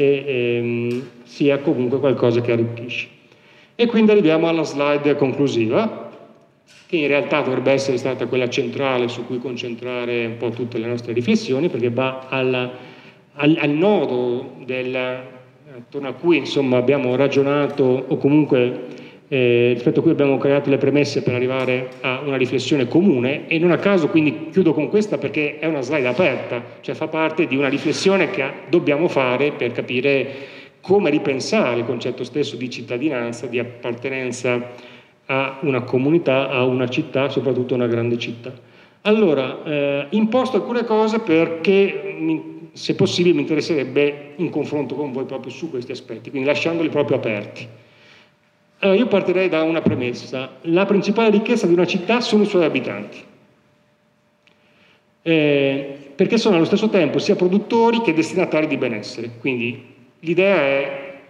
sia comunque qualcosa che arricchisce. E quindi arriviamo alla slide conclusiva, che in realtà dovrebbe essere stata quella centrale su cui concentrare un po' tutte le nostre riflessioni, perché va al nodo attorno a cui insomma abbiamo ragionato o comunque rispetto a cui abbiamo creato le premesse per arrivare a una riflessione comune, e non a caso quindi chiudo con questa perché è una slide aperta, cioè fa parte di una riflessione che dobbiamo fare per capire come ripensare il concetto stesso di cittadinanza, di appartenenza a una comunità, a una città, soprattutto una grande città. Allora, imposto alcune cose perché, se possibile, mi interesserebbe un confronto con voi proprio su questi aspetti, quindi lasciandoli proprio aperti. Allora, io partirei da una premessa. La principale ricchezza di una città sono i suoi abitanti, perché sono allo stesso tempo sia produttori che destinatari di benessere. Quindi l'idea è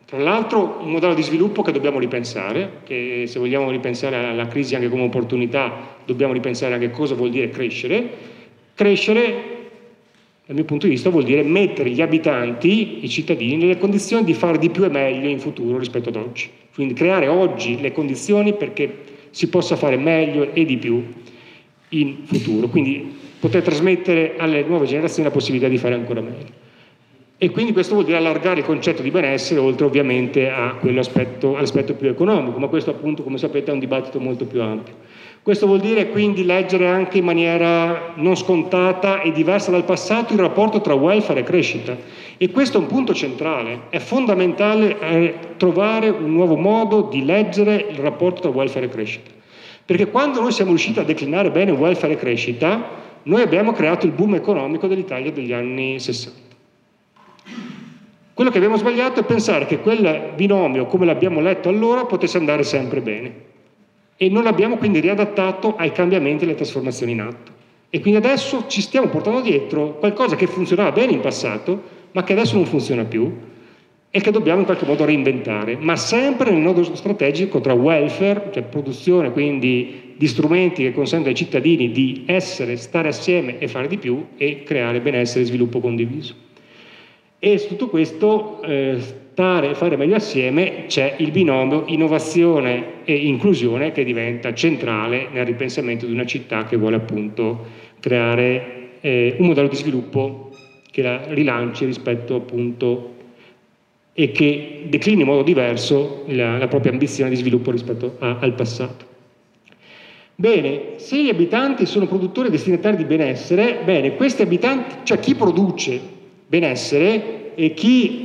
Tra l'altro un modello di sviluppo che dobbiamo ripensare, che se vogliamo ripensare alla crisi anche come opportunità, dobbiamo ripensare anche cosa vuol dire crescere. Crescere, dal mio punto di vista, vuol dire mettere gli abitanti, i cittadini, nelle condizioni di fare di più e meglio in futuro rispetto ad oggi. Quindi creare oggi le condizioni perché si possa fare meglio e di più in futuro. Quindi poter trasmettere alle nuove generazioni la possibilità di fare ancora meglio. E quindi questo vuol dire allargare il concetto di benessere oltre ovviamente a all'aspetto più economico, ma questo appunto, come sapete, è un dibattito molto più ampio. Questo vuol dire quindi leggere anche in maniera non scontata e diversa dal passato il rapporto tra welfare e crescita. E questo è un punto centrale, è fondamentale trovare un nuovo modo di leggere il rapporto tra welfare e crescita. Perché quando noi siamo riusciti a declinare bene welfare e crescita, noi abbiamo creato il boom economico dell'Italia degli anni 60. Quello che abbiamo sbagliato è pensare che quel binomio, come l'abbiamo letto allora, potesse andare sempre bene. E non l'abbiamo quindi riadattato ai cambiamenti e alle trasformazioni in atto. E quindi adesso ci stiamo portando dietro qualcosa che funzionava bene in passato, ma che adesso non funziona più e che dobbiamo in qualche modo reinventare, ma sempre nel nodo strategico tra welfare, cioè produzione quindi di strumenti che consentono ai cittadini di essere, stare assieme e fare di più, e creare benessere e sviluppo condiviso. E su tutto questo, stare e fare meglio assieme, c'è il binomio innovazione e inclusione che diventa centrale nel ripensamento di una città che vuole appunto creare un modello di sviluppo che la rilanci rispetto appunto e che declini in modo diverso la propria ambizione di sviluppo rispetto al passato. Bene, se gli abitanti sono produttori e destinatari di benessere, bene, questi abitanti, cioè chi produce benessere e chi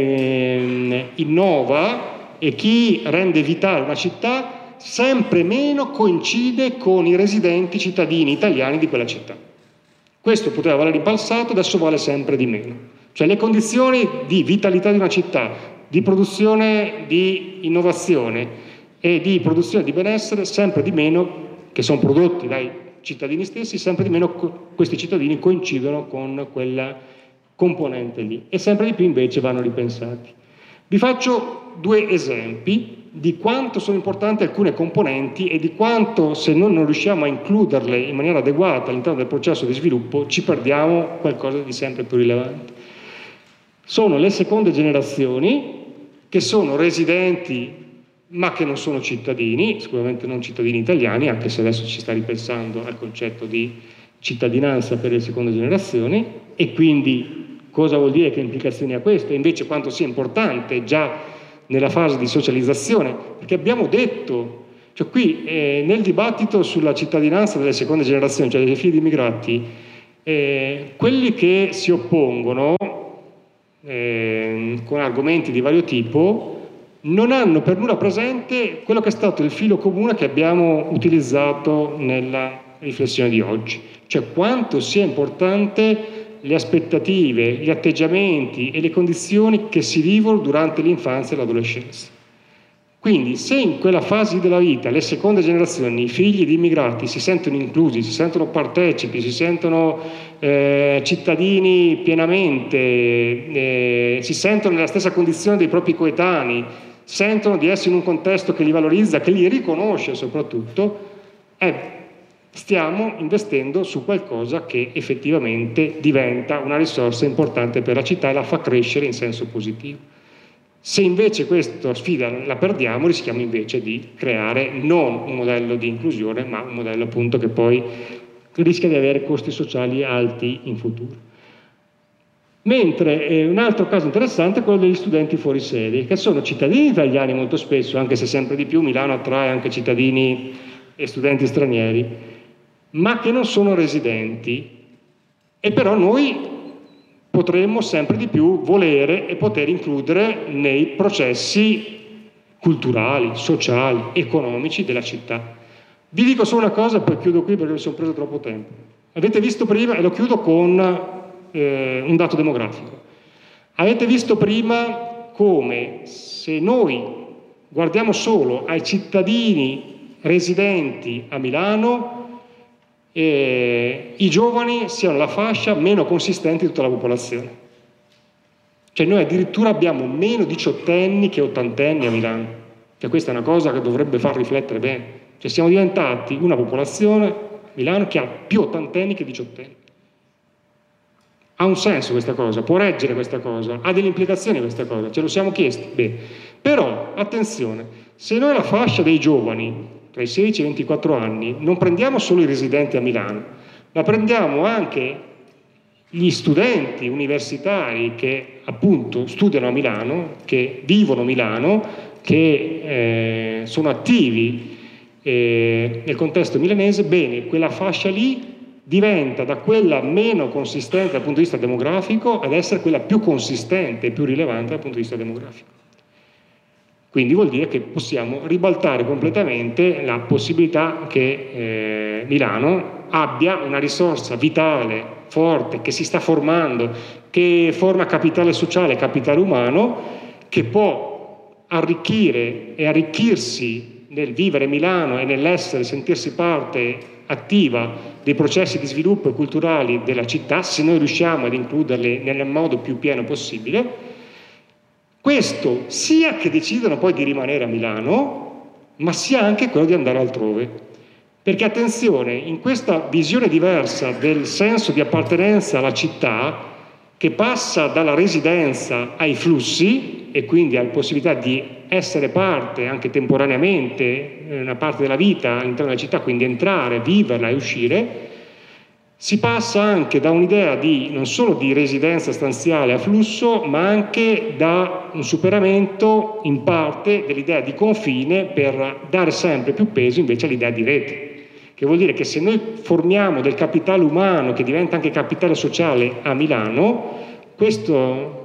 innova e chi rende vitale una città sempre meno coincide con i residenti cittadini italiani di quella città. Questo poteva valere in passato, adesso vale sempre di meno. Cioè le condizioni di vitalità di una città, di produzione di innovazione e di produzione di benessere sempre di meno, che sono prodotti dai cittadini stessi, sempre di meno questi cittadini coincidono con quella componente lì, e sempre di più invece vanno ripensati. Vi faccio due esempi di quanto sono importanti alcune componenti e di quanto, se noi non riusciamo a includerle in maniera adeguata all'interno del processo di sviluppo, ci perdiamo qualcosa di sempre più rilevante. Sono le seconde generazioni, che sono residenti ma che non sono cittadini, sicuramente non cittadini italiani, anche se adesso ci sta ripensando al concetto di cittadinanza per le seconde generazioni, e quindi cosa vuol dire, che implicazioni ha questo, e invece quanto sia importante già nella fase di socializzazione, perché abbiamo detto, cioè qui nel dibattito sulla cittadinanza delle seconde generazioni, cioè dei figli di immigrati, quelli che si oppongono con argomenti di vario tipo non hanno per nulla presente quello che è stato il filo comune che abbiamo utilizzato nella riflessione di oggi, cioè quanto sia importante le aspettative, gli atteggiamenti e le condizioni che si vivono durante l'infanzia e l'adolescenza. Quindi se in quella fase della vita le seconde generazioni, i figli di immigrati si sentono inclusi, si sentono partecipi, si sentono cittadini pienamente, si sentono nella stessa condizione dei propri coetanei, sentono di essere in un contesto che li valorizza, che li riconosce soprattutto, stiamo investendo su qualcosa che effettivamente diventa una risorsa importante per la città e la fa crescere in senso positivo. Se invece questa sfida la perdiamo, rischiamo invece di creare non un modello di inclusione, ma un modello appunto che poi rischia di avere costi sociali alti in futuro. Mentre un altro caso interessante è quello degli studenti fuori sede, che sono cittadini italiani molto spesso, anche se sempre di più Milano attrae anche cittadini e studenti stranieri, ma che non sono residenti, e però noi potremmo sempre di più volere e poter includere nei processi culturali, sociali, economici della città. Vi dico solo una cosa, poi chiudo qui perché mi sono preso troppo tempo. Avete visto prima, e lo chiudo con un dato demografico, avete visto prima come se noi guardiamo solo ai cittadini residenti a Milano, i giovani siano la fascia meno consistente di tutta la popolazione. Cioè noi addirittura abbiamo meno diciottenni che ottantenni a Milano. Cioè questa è una cosa che dovrebbe far riflettere bene. Cioè siamo diventati una popolazione, Milano, che ha più ottantenni che diciottenni. Ha un senso questa cosa? Può reggere questa cosa? Ha delle implicazioni questa cosa? Ce lo siamo chiesti? Beh, però, attenzione, se noi la fascia dei giovani, tra i 16 e i 24 anni, non prendiamo solo i residenti a Milano, ma prendiamo anche gli studenti universitari che appunto studiano a Milano, che vivono a Milano, che sono attivi nel contesto milanese, bene, quella fascia lì diventa da quella meno consistente dal punto di vista demografico ad essere quella più consistente e più rilevante dal punto di vista demografico. Quindi vuol dire che possiamo ribaltare completamente la possibilità che Milano abbia una risorsa vitale, forte, che si sta formando, che forma capitale sociale, capitale umano, che può arricchire e arricchirsi nel vivere Milano e nell'essere, sentirsi parte attiva dei processi di sviluppo culturali della città, se noi riusciamo ad includerli nel modo più pieno possibile. Questo sia che decidano poi di rimanere a Milano, ma sia anche quello di andare altrove. Perché attenzione, in questa visione diversa del senso di appartenenza alla città, che passa dalla residenza ai flussi e quindi alla possibilità di essere parte anche temporaneamente, una parte della vita all'interno della città, quindi entrare, viverla e uscire, si passa anche da un'idea di non solo di residenza stanziale a flusso, ma anche da un superamento in parte dell'idea di confine per dare sempre più peso invece all'idea di rete. Che vuol dire che se noi formiamo del capitale umano che diventa anche capitale sociale a Milano, questo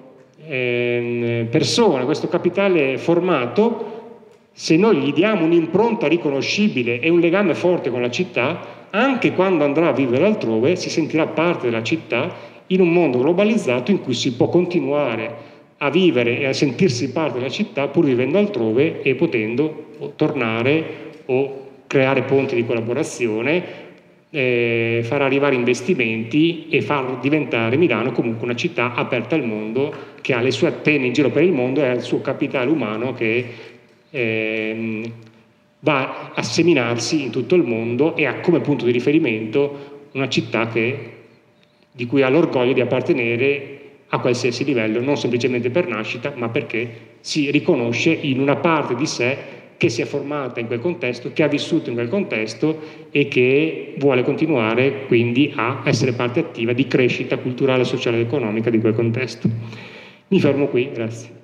questo capitale formato, se noi gli diamo un'impronta riconoscibile e un legame forte con la città, anche quando andrà a vivere altrove si sentirà parte della città in un mondo globalizzato in cui si può continuare a vivere e a sentirsi parte della città pur vivendo altrove e potendo tornare o creare ponti di collaborazione, far arrivare investimenti e far diventare Milano comunque una città aperta al mondo, che ha le sue antenne in giro per il mondo e ha il suo capitale umano che va a seminarsi in tutto il mondo e ha come punto di riferimento una città di cui ha l'orgoglio di appartenere a qualsiasi livello, non semplicemente per nascita, ma perché si riconosce in una parte di sé che si è formata in quel contesto, che ha vissuto in quel contesto e che vuole continuare quindi a essere parte attiva di crescita culturale, sociale ed economica di quel contesto. Mi fermo qui, grazie.